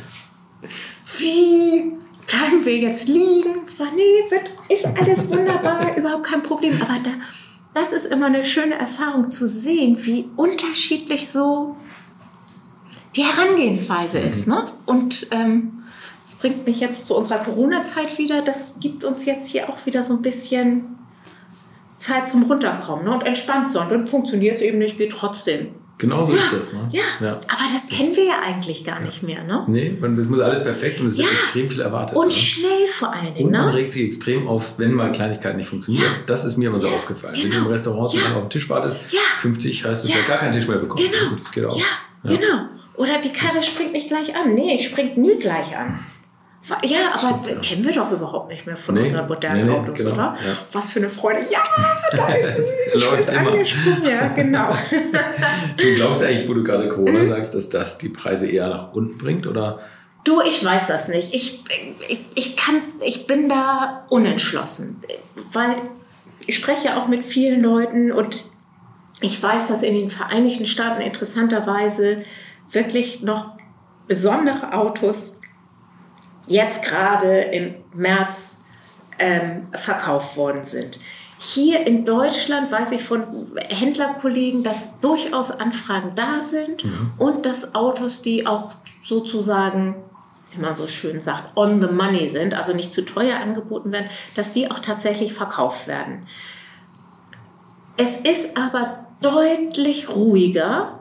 A: Wie bleiben wir jetzt liegen? Ich sage, nee, ist alles wunderbar, überhaupt kein Problem. Aber das ist immer eine schöne Erfahrung zu sehen, wie unterschiedlich so die Herangehensweise ist. Ne? Und das bringt mich jetzt zu unserer Corona-Zeit wieder. Das gibt uns jetzt hier auch wieder so ein bisschen Zeit zum Runterkommen, ne? Und entspannt sein. Dann funktioniert es eben nicht, geht trotzdem.
C: Genau so ist das. Ne?
A: Ja, aber das kennen wir ja eigentlich gar nicht mehr. Ne?
C: Nee, das muss alles perfekt und es wird extrem viel erwartet.
A: Und schnell vor allen Dingen.
C: Und man regt sich extrem auf, wenn mal Kleinigkeiten nicht funktionieren. Ja. Das ist mir immer so aufgefallen. Genau. Wenn du im Restaurant so lange auf dem Tisch wartest, künftig heißt es, gar keinen Tisch mehr bekommen.
A: Genau.
C: Das geht auch.
A: Ja, genau. Oder die Karre springt nicht gleich an. Nee, ich springt nie gleich an. Ja, aber stimmt, kennen wir doch überhaupt nicht mehr von unseren modernen Autos, genau, oder? Ja. Was für eine Freude. Ja, da ist es. Ich bin angesprungen. Ja, genau.
C: Du glaubst eigentlich, wo du gerade Corona sagst, dass das die Preise eher nach unten bringt, oder?
A: Du, ich weiß das nicht. Ich bin da unentschlossen, weil ich spreche auch mit vielen Leuten und ich weiß, dass in den Vereinigten Staaten interessanterweise wirklich noch besondere Autos jetzt gerade im März verkauft worden sind. Hier in Deutschland weiß ich von Händlerkollegen, dass durchaus Anfragen da sind und dass Autos, die auch sozusagen, wie man so schön sagt, on the money sind, also nicht zu teuer angeboten werden, dass die auch tatsächlich verkauft werden. Es ist aber deutlich ruhiger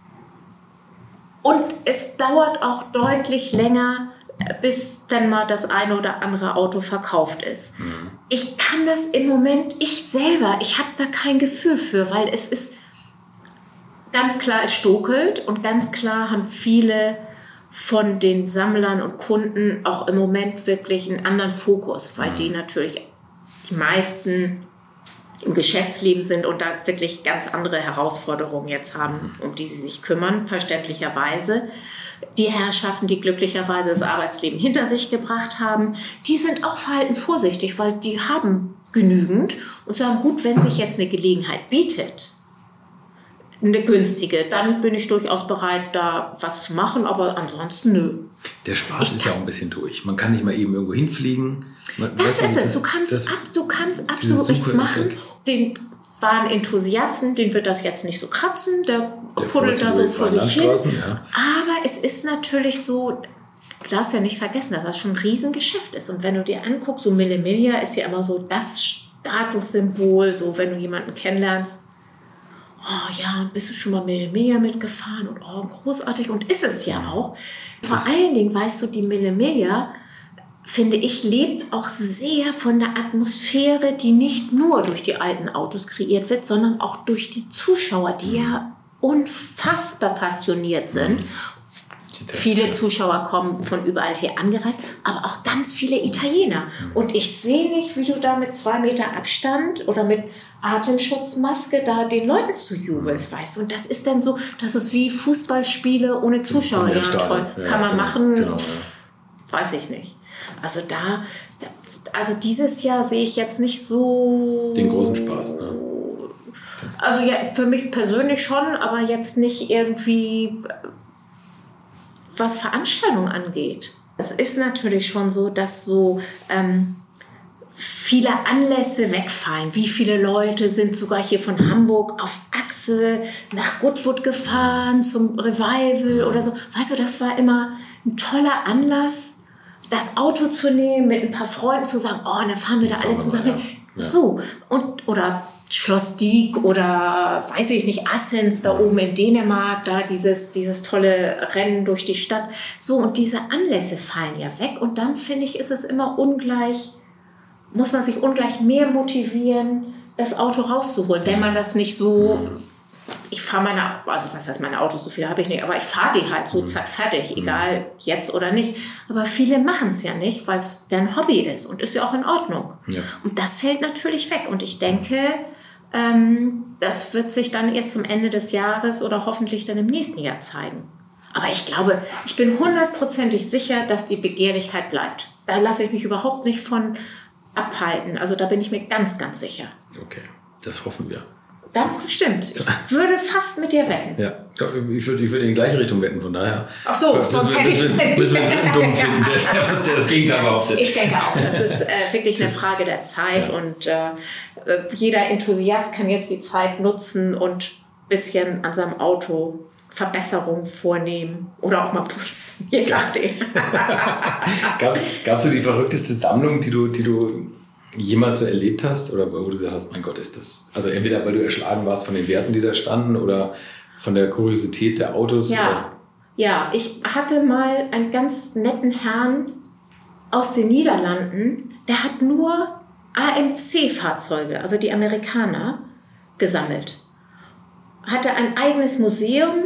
A: und es dauert auch deutlich länger, bis dann mal das eine oder andere Auto verkauft ist. Ich kann das im Moment, ich habe da kein Gefühl für, weil es ist ganz klar, es stokelt und ganz klar haben viele von den Sammlern und Kunden auch im Moment wirklich einen anderen Fokus, weil die natürlich die meisten im Geschäftsleben sind und da wirklich ganz andere Herausforderungen jetzt haben, um die sie sich kümmern, verständlicherweise. Die Herrschaften, die glücklicherweise das Arbeitsleben hinter sich gebracht haben, die sind auch verhalten vorsichtig, weil die haben genügend und sagen, gut, wenn sich jetzt eine Gelegenheit bietet, eine günstige. Dann bin ich durchaus bereit, da was zu machen, aber ansonsten nö.
C: Der Spaß ist ja auch ein bisschen durch. Man kann nicht mal eben irgendwo hinfliegen.
A: Das ist es. Du kannst absolut nichts machen. Den waren Enthusiasten, den wird das jetzt nicht so kratzen. Der puddelt da so vor sich hin. Ja. Aber es ist natürlich so, du darfst ja nicht vergessen, dass das schon ein Riesengeschäft ist. Und wenn du dir anguckst, so Mille Miglia ist ja immer so das Statussymbol, so wenn du jemanden kennenlernst. Oh ja, bist du schon mal Mille Miglia mitgefahren? Und oh, großartig. Und ist es ja auch. Vor allen Dingen, weißt du, die Mille Miglia, finde ich, lebt auch sehr von der Atmosphäre, die nicht nur durch die alten Autos kreiert wird, sondern auch durch die Zuschauer, die ja unfassbar passioniert sind. Viele Zuschauer kommen von überall her angereist, aber auch ganz viele Italiener. Und ich sehe nicht, wie du da mit 2 Meter Abstand oder mit Atemschutzmaske da den Leuten zujubelst, weißt du. Und das ist dann so, das ist wie Fußballspiele ohne Zuschauer. Ja, toll. Kann man machen, genau, weiß ich nicht. Also dieses Jahr sehe ich jetzt nicht so...
C: Den großen Spaß, ne?
A: Also ja, für mich persönlich schon, aber jetzt nicht irgendwie... was Veranstaltungen angeht. Es ist natürlich schon so, dass so viele Anlässe wegfallen. Wie viele Leute sind sogar hier von Hamburg auf Achse nach Goodwood gefahren zum Revival oder so. Weißt du, das war immer ein toller Anlass, das Auto zu nehmen, mit ein paar Freunden zu sagen, oh, dann fahren wir da alle zusammen. Ja. So, oder Schloss Dyk oder, weiß ich nicht, Assens da oben in Dänemark, da dieses tolle Rennen durch die Stadt. So, und diese Anlässe fallen ja weg. Und dann, finde ich, ist es immer muss man sich ungleich mehr motivieren, das Auto rauszuholen. Wenn man das nicht so... Ich fahre was heißt meine Autos, so viele habe ich nicht, aber ich fahre die halt so, zack, fertig, egal jetzt oder nicht. Aber viele machen es ja nicht, weil es deren Hobby ist und ist ja auch in Ordnung. Ja. Und das fällt natürlich weg. Und ich denke, das wird sich dann erst zum Ende des Jahres oder hoffentlich dann im nächsten Jahr zeigen. Aber ich glaube, ich bin 100% sicher, dass die Begehrlichkeit bleibt. Da lasse ich mich überhaupt nicht von abhalten. Also da bin ich mir ganz, ganz sicher.
C: Okay, das hoffen wir.
A: Ganz bestimmt. Ich würde fast mit dir wetten.
C: Ja, ich würde in die gleiche Richtung wetten, von daher.
A: Ach so, sonst hätte ich es nicht.
C: Müssen wir einen Dummen finden, der das Gegenteil behauptet.
A: Ich denke auch, das ist wirklich eine Frage der Zeit. Ja. Und jeder Enthusiast kann jetzt die Zeit nutzen und ein bisschen an seinem Auto Verbesserungen vornehmen oder auch mal putzen, je nachdem.
C: Gab's so die verrückteste Sammlung, die du jemals so erlebt hast, oder wo du gesagt hast, mein Gott, ist das... Also entweder, weil du erschlagen warst von den Werten, die da standen, oder von der Kuriosität der Autos?
A: Ja, ich hatte mal einen ganz netten Herrn aus den Niederlanden, der hat nur AMC-Fahrzeuge, also die Amerikaner, gesammelt. Hatte ein eigenes Museum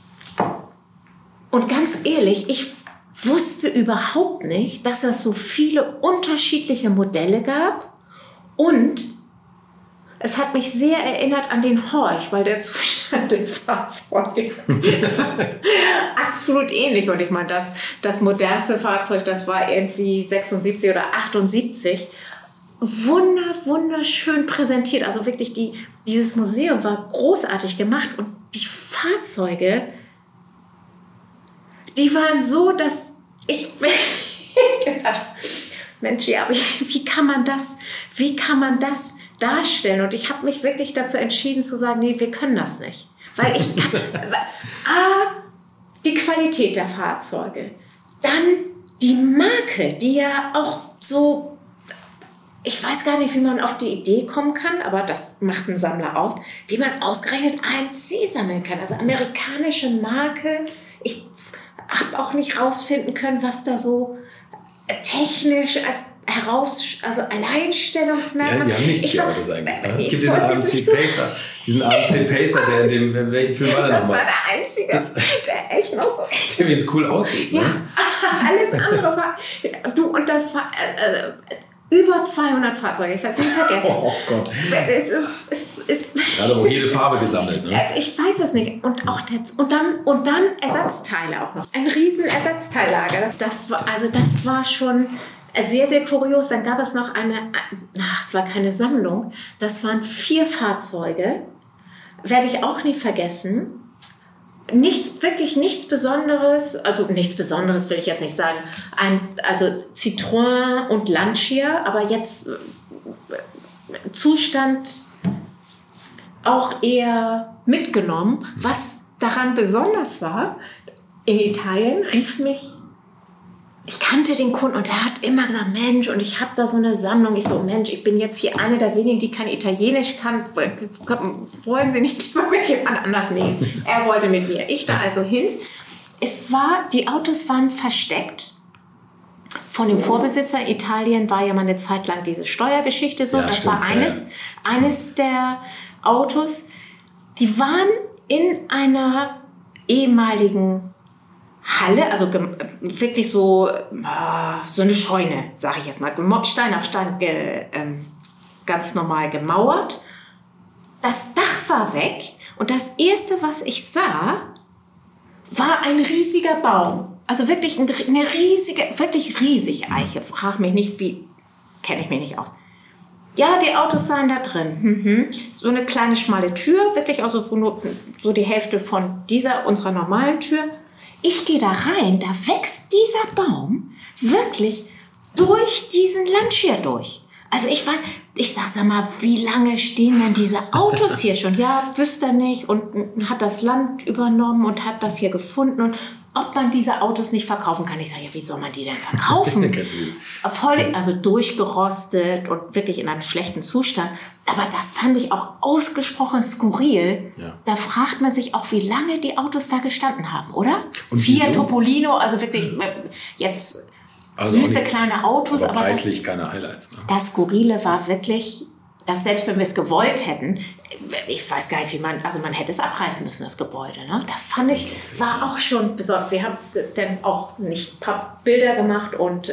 A: und ganz ehrlich, ich wusste überhaupt nicht, dass es so viele unterschiedliche Modelle gab und es hat mich sehr erinnert an den Horch, weil der Zustand der Fahrzeuge absolut ähnlich. Und ich meine, das modernste Fahrzeug, das war irgendwie 76 oder 78. Wunderschön präsentiert. Also wirklich, dieses Museum war großartig gemacht und die Fahrzeuge, die waren so, dass ich gesagt habe, Mensch, ja, wie kann man das darstellen? Und ich habe mich wirklich dazu entschieden zu sagen, nee, wir können das nicht. Weil ich kann, die Qualität der Fahrzeuge, dann die Marke, die ja auch so, ich weiß gar nicht, wie man auf die Idee kommen kann, aber das macht ein Sammler aus, wie man ausgerechnet AMC sammeln kann. Also amerikanische Marke. Ich habe auch nicht rausfinden können, was da so technisch also Alleinstellungsmerkmal.
C: Ja, die haben nichts, die Autos eigentlich. Ne? Es gibt diesen AMC Pacer, der in dem, welchen Film war der nochmal?
A: Das war der einzige, der echt noch so...
C: Der jetzt cool aussieht.
A: Ja,
C: ne?
A: Alles andere war... und das war... über 200 Fahrzeuge, ich werde es nicht vergessen.
C: Oh Gott.
A: Es ist
C: gerade auch jede Farbe gesammelt, ne?
A: Ich weiß es nicht. Und dann Ersatzteile auch noch. Ein riesen Ersatzteillager. Das war schon sehr, sehr kurios. Dann gab es noch es war keine Sammlung. Das waren 4 Fahrzeuge werde ich auch nie vergessen. Wirklich nichts Besonderes, also nichts Besonderes will ich jetzt nicht sagen, also Citroën und Lancia, aber jetzt Zustand auch eher mitgenommen. Was daran besonders war, in Italien rief mich, ich kannte den Kunden und er hat immer gesagt, Mensch, und ich habe da so eine Sammlung. Ich so, Mensch, ich bin jetzt hier eine der wenigen, die kein Italienisch kann. Wollen Sie nicht mal mit jemand anders nehmen? Er wollte mit mir. Ich da also hin. Die Autos waren versteckt von dem Vorbesitzer. In Italien war ja mal eine Zeit lang diese Steuergeschichte so. Ja, das stimmt, war eines der Autos. Die waren in einer ehemaligen Halle, also wirklich so eine Scheune, sage ich jetzt mal, Stein auf Stein ganz normal gemauert. Das Dach war weg und das Erste, was ich sah, war ein riesiger Baum. Also wirklich eine riesige, wirklich riesig Eiche. Frag mich nicht, kenne ich mich nicht aus. Ja, die Autos seien da drin. So eine kleine schmale Tür, wirklich auch so die Hälfte von unserer normalen Tür. Ich gehe da rein, da wächst dieser Baum wirklich durch diesen Lancia durch. Also ich sag mal, wie lange stehen denn diese Autos hier schon? Ja, wüsste er nicht und hat das Land übernommen und hat das hier gefunden und ob man diese Autos nicht verkaufen kann. Ich sage, ja, wie soll man die denn verkaufen? Also durchgerostet und wirklich in einem schlechten Zustand. Aber das fand ich auch ausgesprochen skurril. Ja. Da fragt man sich auch, wie lange die Autos da gestanden haben, oder? Und Fiat Topolino, also wirklich jetzt süße kleine Autos.
C: Aber preislich keine Highlights. Ne?
A: Das Skurrile war wirklich, dass selbst wenn wir es gewollt hätten, ich weiß gar nicht, man hätte es abreißen müssen, das Gebäude. Ne? Das fand ich, war auch schon besonders. Wir haben dann auch nicht ein paar Bilder gemacht und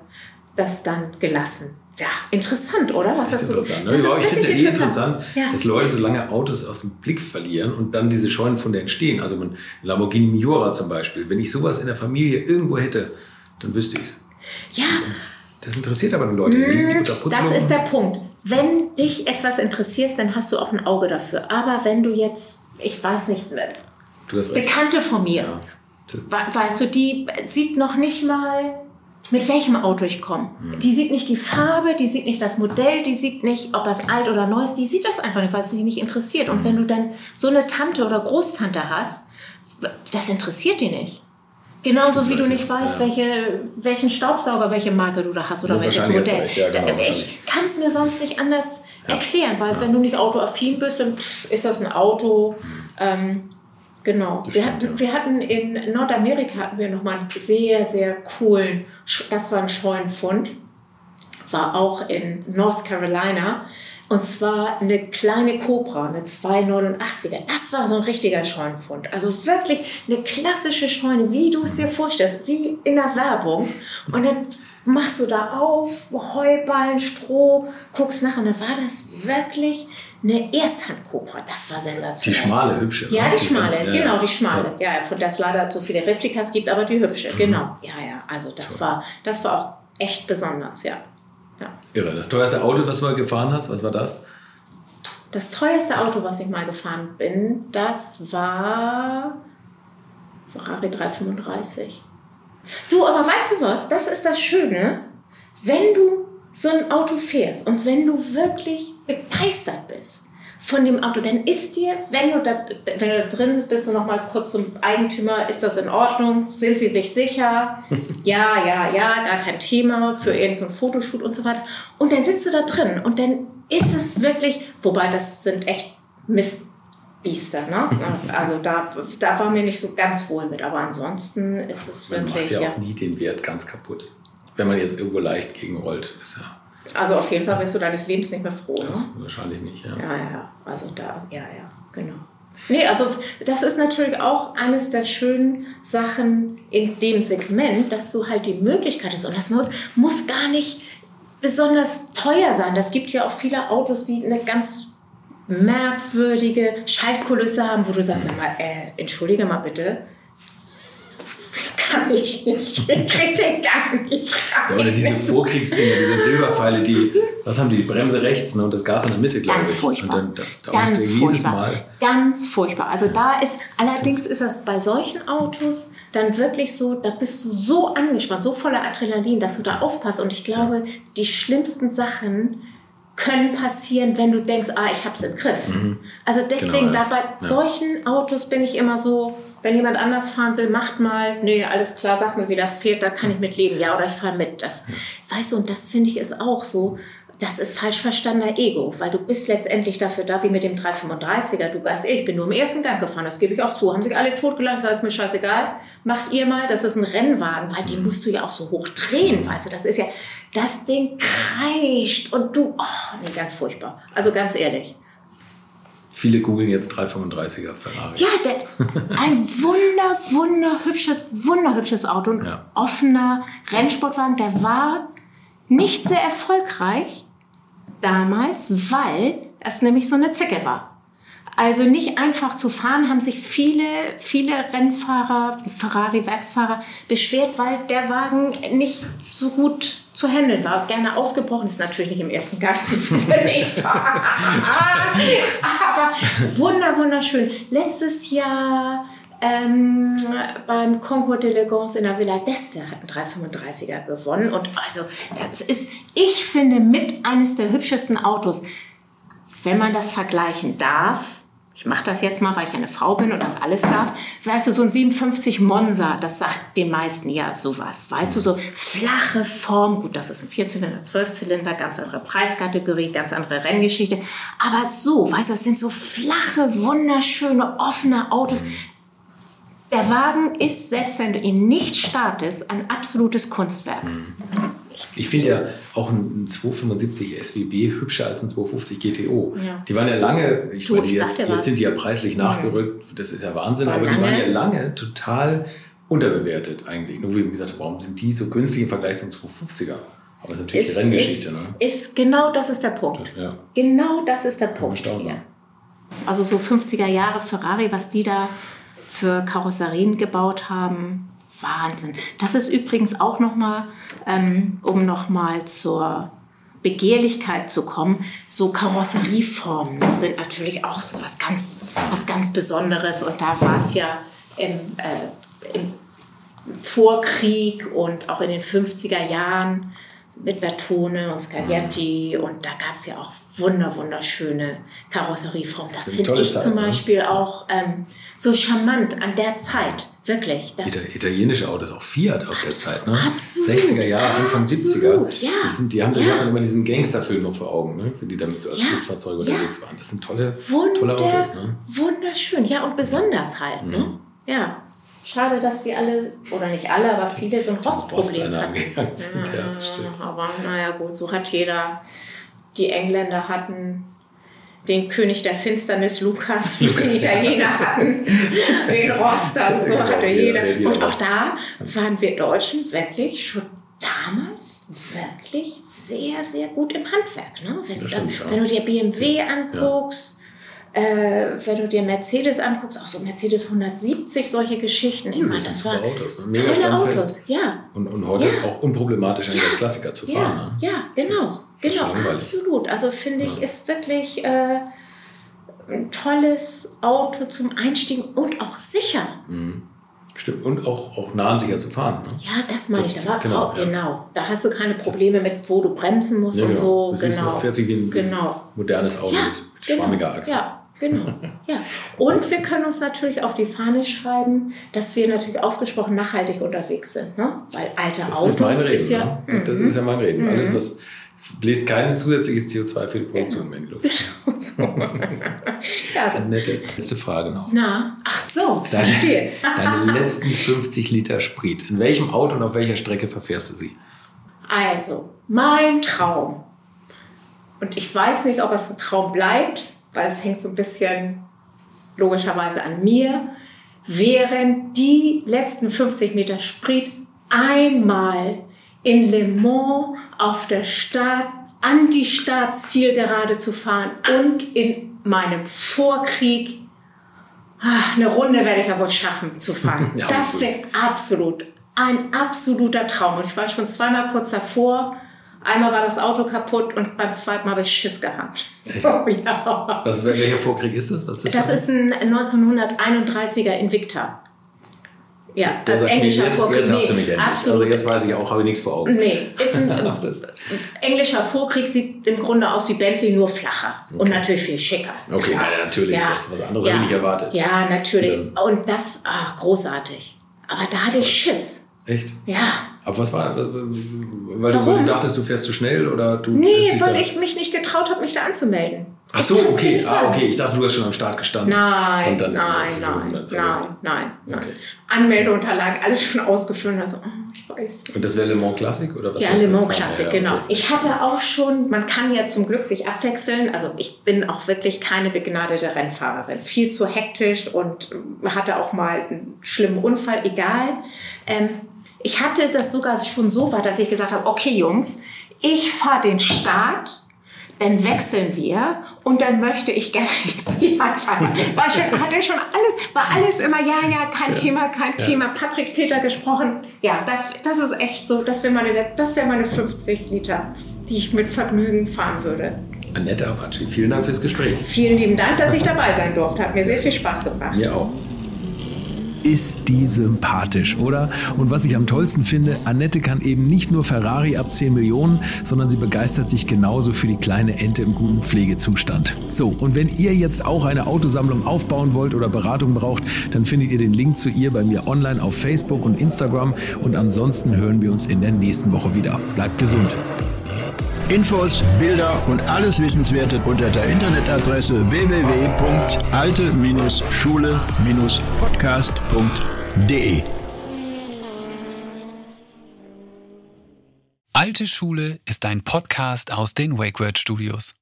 A: das dann gelassen. Ja, interessant, oder?
C: Was das ist interessant. Ne? Ich finde es ja interessant, dass Leute so lange Autos aus dem Blick verlieren und dann diese Scheunenfunde entstehen. Also ein Lamborghini Miura zum Beispiel. Wenn ich sowas in der Familie irgendwo hätte, dann wüsste ich es.
A: Ja.
C: Das interessiert aber die Leute.
A: Das ist der Punkt. Wenn dich etwas interessiert, dann hast du auch ein Auge dafür. Aber wenn du jetzt, ich weiß nicht, Bekannte von mir, weißt du, die sieht noch nicht mal, mit welchem Auto ich komme. Die sieht nicht die Farbe, die sieht nicht das Modell, die sieht nicht, ob es alt oder neu ist. Die sieht das einfach nicht, weil es sie nicht interessiert. Und wenn du dann so eine Tante oder Großtante hast, das interessiert die nicht. Genauso wie du nicht weißt, welchen Staubsauger, welche Marke du da hast oder welches Modell. Ich kann es mir sonst nicht anders erklären, weil wenn du nicht autoaffin bist, dann ist das ein Auto. Genau. Wir hatten in Nordamerika nochmal einen sehr, sehr coolen, das war ein Scheunenfund, war auch in North Carolina. Und zwar eine kleine Cobra, eine 289er. Das war so ein richtiger Scheunenfund. Also wirklich eine klassische Scheune, wie du es dir vorstellst, wie in der Werbung. Und dann machst du da auf, Heuballen, Stroh, guckst nach und dann war das wirklich eine Ersthand-Cobra. Das war sensationell.
C: Die schmale, hübsche.
A: Ja, die schmale, genau, die schmale. Ja, von der es leider so viele Replikas gibt, aber die hübsche, genau. Ja, also das war auch echt besonders, ja.
C: Irre. Das teuerste Auto, was du gefahren hast, was war das?
A: Das teuerste Auto, was ich mal gefahren bin, das war Ferrari 335. Du, aber weißt du was? Das ist das Schöne, wenn du so ein Auto fährst und wenn du wirklich begeistert bist von dem Auto, dann ist dir, wenn du da drin bist du noch mal kurz zum Eigentümer, ist das in Ordnung? Sind sie sich sicher? Ja, gar kein Thema für irgendeinen Fotoshoot und so weiter. Und dann sitzt du da drin und dann ist es wirklich, wobei das sind echt Mistbiester, ne? Also da war mir nicht so ganz wohl mit, aber ansonsten ist es wirklich...
C: Man macht ja auch nie den Wert ganz kaputt. Wenn man jetzt irgendwo leicht gegenrollt, ist ja...
A: Also auf jeden Fall wirst du deines Lebens nicht mehr froh, ne?
C: Wahrscheinlich nicht, ja.
A: Ja, also da, genau. Nee, also das ist natürlich auch eines der schönen Sachen in dem Segment, dass du halt die Möglichkeit hast. Und das muss gar nicht besonders teuer sein. Das gibt ja auch viele Autos, die eine ganz merkwürdige Schaltkulisse haben, wo du sagst, entschuldige mal bitte, kann ich nicht. Ich krieg den gar nicht.
C: Ja, oder diese Vorkriegsdinger, diese Silberpfeile, was haben die Bremse rechts, ne, und das Gas in der Mitte, glaube ich.
A: Ganz furchtbar.
C: Und dann, da musst du jedes Mal.
A: Ganz furchtbar. Also allerdings ist das bei solchen Autos dann wirklich so, da bist du so angespannt, so voller Adrenalin, dass du da aufpasst. Und ich glaube, die schlimmsten Sachen können passieren, wenn du denkst, ich hab's im Griff. Also deswegen, bei solchen Autos bin ich immer so, wenn jemand anders fahren will, macht mal, nee, alles klar, sag mir, wie das fährt, da kann ich mit leben. Ja, oder ich fahre mit. Weißt du, und das finde ich ist auch so, das ist falsch verstandener Ego, weil du bist letztendlich dafür da, wie mit dem 335er. Du, ganz ehrlich, ich bin nur im ersten Gang gefahren, das gebe ich auch zu. Haben sich alle totgelacht, das ist mir scheißegal. Macht ihr mal, das ist ein Rennwagen, weil den musst du ja auch so hoch drehen, weißt du, das ist ja, das Ding kreischt und du, ganz furchtbar. Also ganz ehrlich.
C: Viele googeln jetzt 335er Ferrari.
A: Ja, ein wunderhübsches Auto. Ein offener Rennsportwagen. Der war nicht sehr erfolgreich damals, weil es nämlich so eine Zicke war. Also nicht einfach zu fahren, haben sich viele Rennfahrer, Ferrari-Werksfahrer beschwert, weil der Wagen nicht so gut zu handeln war. Gerne ausgebrochen, ist natürlich nicht im ersten Gang, wenn ich fahre. Aber wunderschön. Letztes Jahr beim Concours d'Elegance in der Villa d'Este hat ein 335er gewonnen. Und also, das ist, ich finde, mit eines der hübschesten Autos. Wenn man das vergleichen darf, ich mache das jetzt mal, weil ich eine Frau bin und das alles darf, weißt du, so ein 57 Monza, das sagt den meisten ja sowas, weißt du, so flache Form, gut, das ist ein 4-Zylinder, 12-Zylinder, ganz andere Preiskategorie, ganz andere Renngeschichte, aber so, weißt du, das sind so flache, wunderschöne, offene Autos. Der Wagen ist, selbst wenn du ihn nicht startest, ein absolutes Kunstwerk.
C: Ich finde ja auch ein 275 SWB hübscher als ein 250 GTO. Ja. Die waren ja lange, jetzt sind die ja preislich nachgerückt, das ist ja Wahnsinn, aber die waren ja lange total unterbewertet eigentlich. Nur wie gesagt, warum sind die so günstig im Vergleich zum 250er? Aber das ist natürlich die Renngeschichte.
A: Genau das ist der Punkt.
C: Ja.
A: Genau das ist der Punkt hier. Also so 50er Jahre Ferrari, was die da für Karosserien gebaut haben, Wahnsinn. Das ist übrigens auch nochmal, um nochmal zur Begehrlichkeit zu kommen, so Karosserieformen sind natürlich auch so was ganz Besonderes. Und da war es ja im Vorkrieg und auch in den 50er Jahren mit Bertone und Scaglietti. Und da gab es ja auch wunderschöne Karosserieformen. Das finde ich zum Beispiel auch so charmant an der Zeit. Wirklich.
C: Italienische Autos, auch Fiat aus der Zeit. Ne?
A: Absolut.
C: 60er Jahre, Anfang 70er.
A: Ja.
C: Die haben immer diesen Gangsterfilm noch vor Augen, ne? Die damit so als Flugfahrzeuge unterwegs waren. Das sind tolle Autos. Ne?
A: Wunderschön. Ja, und besonders halt. Ne? Ja. Schade, dass sie alle, oder nicht alle, aber viele so ein Rostproblem hatten. Aber naja gut, so hat jeder. Die Engländer hatten den König der Finsternis, Lukas, wie die Italiener hatten, den Rost, also so hatte jeder. Und auch da waren wir Deutschen wirklich schon damals wirklich sehr, sehr gut im Handwerk. Ne? Wenn du dir BMW anguckst, wenn du dir Mercedes anguckst, auch so Mercedes 170, solche Geschichten. Ich meine, das waren
C: Autos, ne?
A: tolle Autos. Ja.
C: Und heute auch unproblematisch als Klassiker zu fahren. Ne?
A: Ja, genau. Absolut. Also finde ich, ist wirklich ein tolles Auto zum Einstieg und auch sicher.
C: Stimmt. Und auch nah und sicher zu fahren. Ne?
A: Ja, das meine ich. Genau. Da hast du keine Probleme mit, wo du bremsen musst und so.
C: Das fährt sich wie ein modernes Auto mit schwammiger Achse.
A: Ja. Genau, ja. Und wir können uns natürlich auf die Fahne schreiben, dass wir natürlich ausgesprochen nachhaltig unterwegs sind. Ne? Weil alte Autos ist ja...
C: Das ist ja mein Reden. Alles, was bläst kein zusätzliches CO2 für die Produktion mehr in die Luft. Eine nette letzte Frage noch.
A: Ach so, verstehe.
C: Deine letzten 50 Liter Sprit. In welchem Auto und auf welcher Strecke verfährst du sie?
A: Also, mein Traum. Und ich weiß nicht, ob es ein Traum bleibt, weil es hängt so ein bisschen logischerweise an mir, wären die letzten 50 Meter Sprit einmal in Le Mans auf der an die Startzielgerade zu fahren und in meinem Vorkrieg eine Runde werde ich ja wohl schaffen zu fahren. Ja, das wäre absolut Ein absoluter Traum. Und ich war schon zweimal kurz davor. Einmal war das Auto kaputt und beim zweiten Mal habe ich Schiss gehabt. So, ja.
C: Welcher Vorkrieg ist das? Was ist
A: das ist ein 1931er Invicta. Ja, das englischer Vorkrieg.
C: Jetzt hast du mich endlich. Also jetzt weiß ich auch, habe ich nichts vor Augen.
A: Nee, ist ein englischer Vorkrieg, sieht im Grunde aus wie Bentley, nur flacher. Okay. Und natürlich viel schicker.
C: Okay, ja, natürlich. Ja. Das ist was anderes, habe ich nicht erwartet.
A: Ja, natürlich. Und das, großartig. Aber da hatte ich Schiss.
C: Echt?
A: Ja.
C: Aber was war, weil du dachtest, du fährst zu schnell oder du?
A: Nee, weil ich mich nicht getraut habe, mich da anzumelden.
C: Ach so, okay. Okay. Ich dachte, du hast schon am Start gestanden.
A: Nein.
C: Okay.
A: Anmeldeunterlagen, alles schon ausgefüllt. Also, ich weiß.
C: Und das wäre Le Mans Classic oder was?
A: Ja, Le Mans Classic, genau. Okay. Ich hatte auch schon, man kann ja zum Glück sich abwechseln. Also ich bin auch wirklich keine begnadete Rennfahrerin. Viel zu hektisch und hatte auch mal einen schlimmen Unfall, egal. Ich hatte das sogar schon so weit, dass ich gesagt habe, okay Jungs, ich fahre den Start, dann wechseln wir und dann möchte ich gerne den Zieleinfall fahren. War alles immer, kein Thema. Patrick Peter gesprochen. Ja, das ist echt so, das wäre meine 50 Liter, die ich mit Vergnügen fahren würde.
C: Annette Apache, vielen Dank fürs Gespräch.
A: Vielen lieben Dank, dass ich dabei sein durfte. Hat mir sehr viel Spaß gebracht.
C: Mir auch.
B: Ist die sympathisch, oder? Und was ich am tollsten finde, Annette kann eben nicht nur Ferrari ab 10 Millionen, sondern sie begeistert sich genauso für die kleine Ente im guten Pflegezustand. So, und wenn ihr jetzt auch eine Autosammlung aufbauen wollt oder Beratung braucht, dann findet ihr den Link zu ihr bei mir online auf Facebook und Instagram. Und ansonsten hören wir uns in der nächsten Woche wieder. Bleibt gesund.
D: Infos, Bilder und alles Wissenswerte unter der Internetadresse www.alte-schule-podcast.de.
E: Alte Schule ist ein Podcast aus den WakeWord Studios.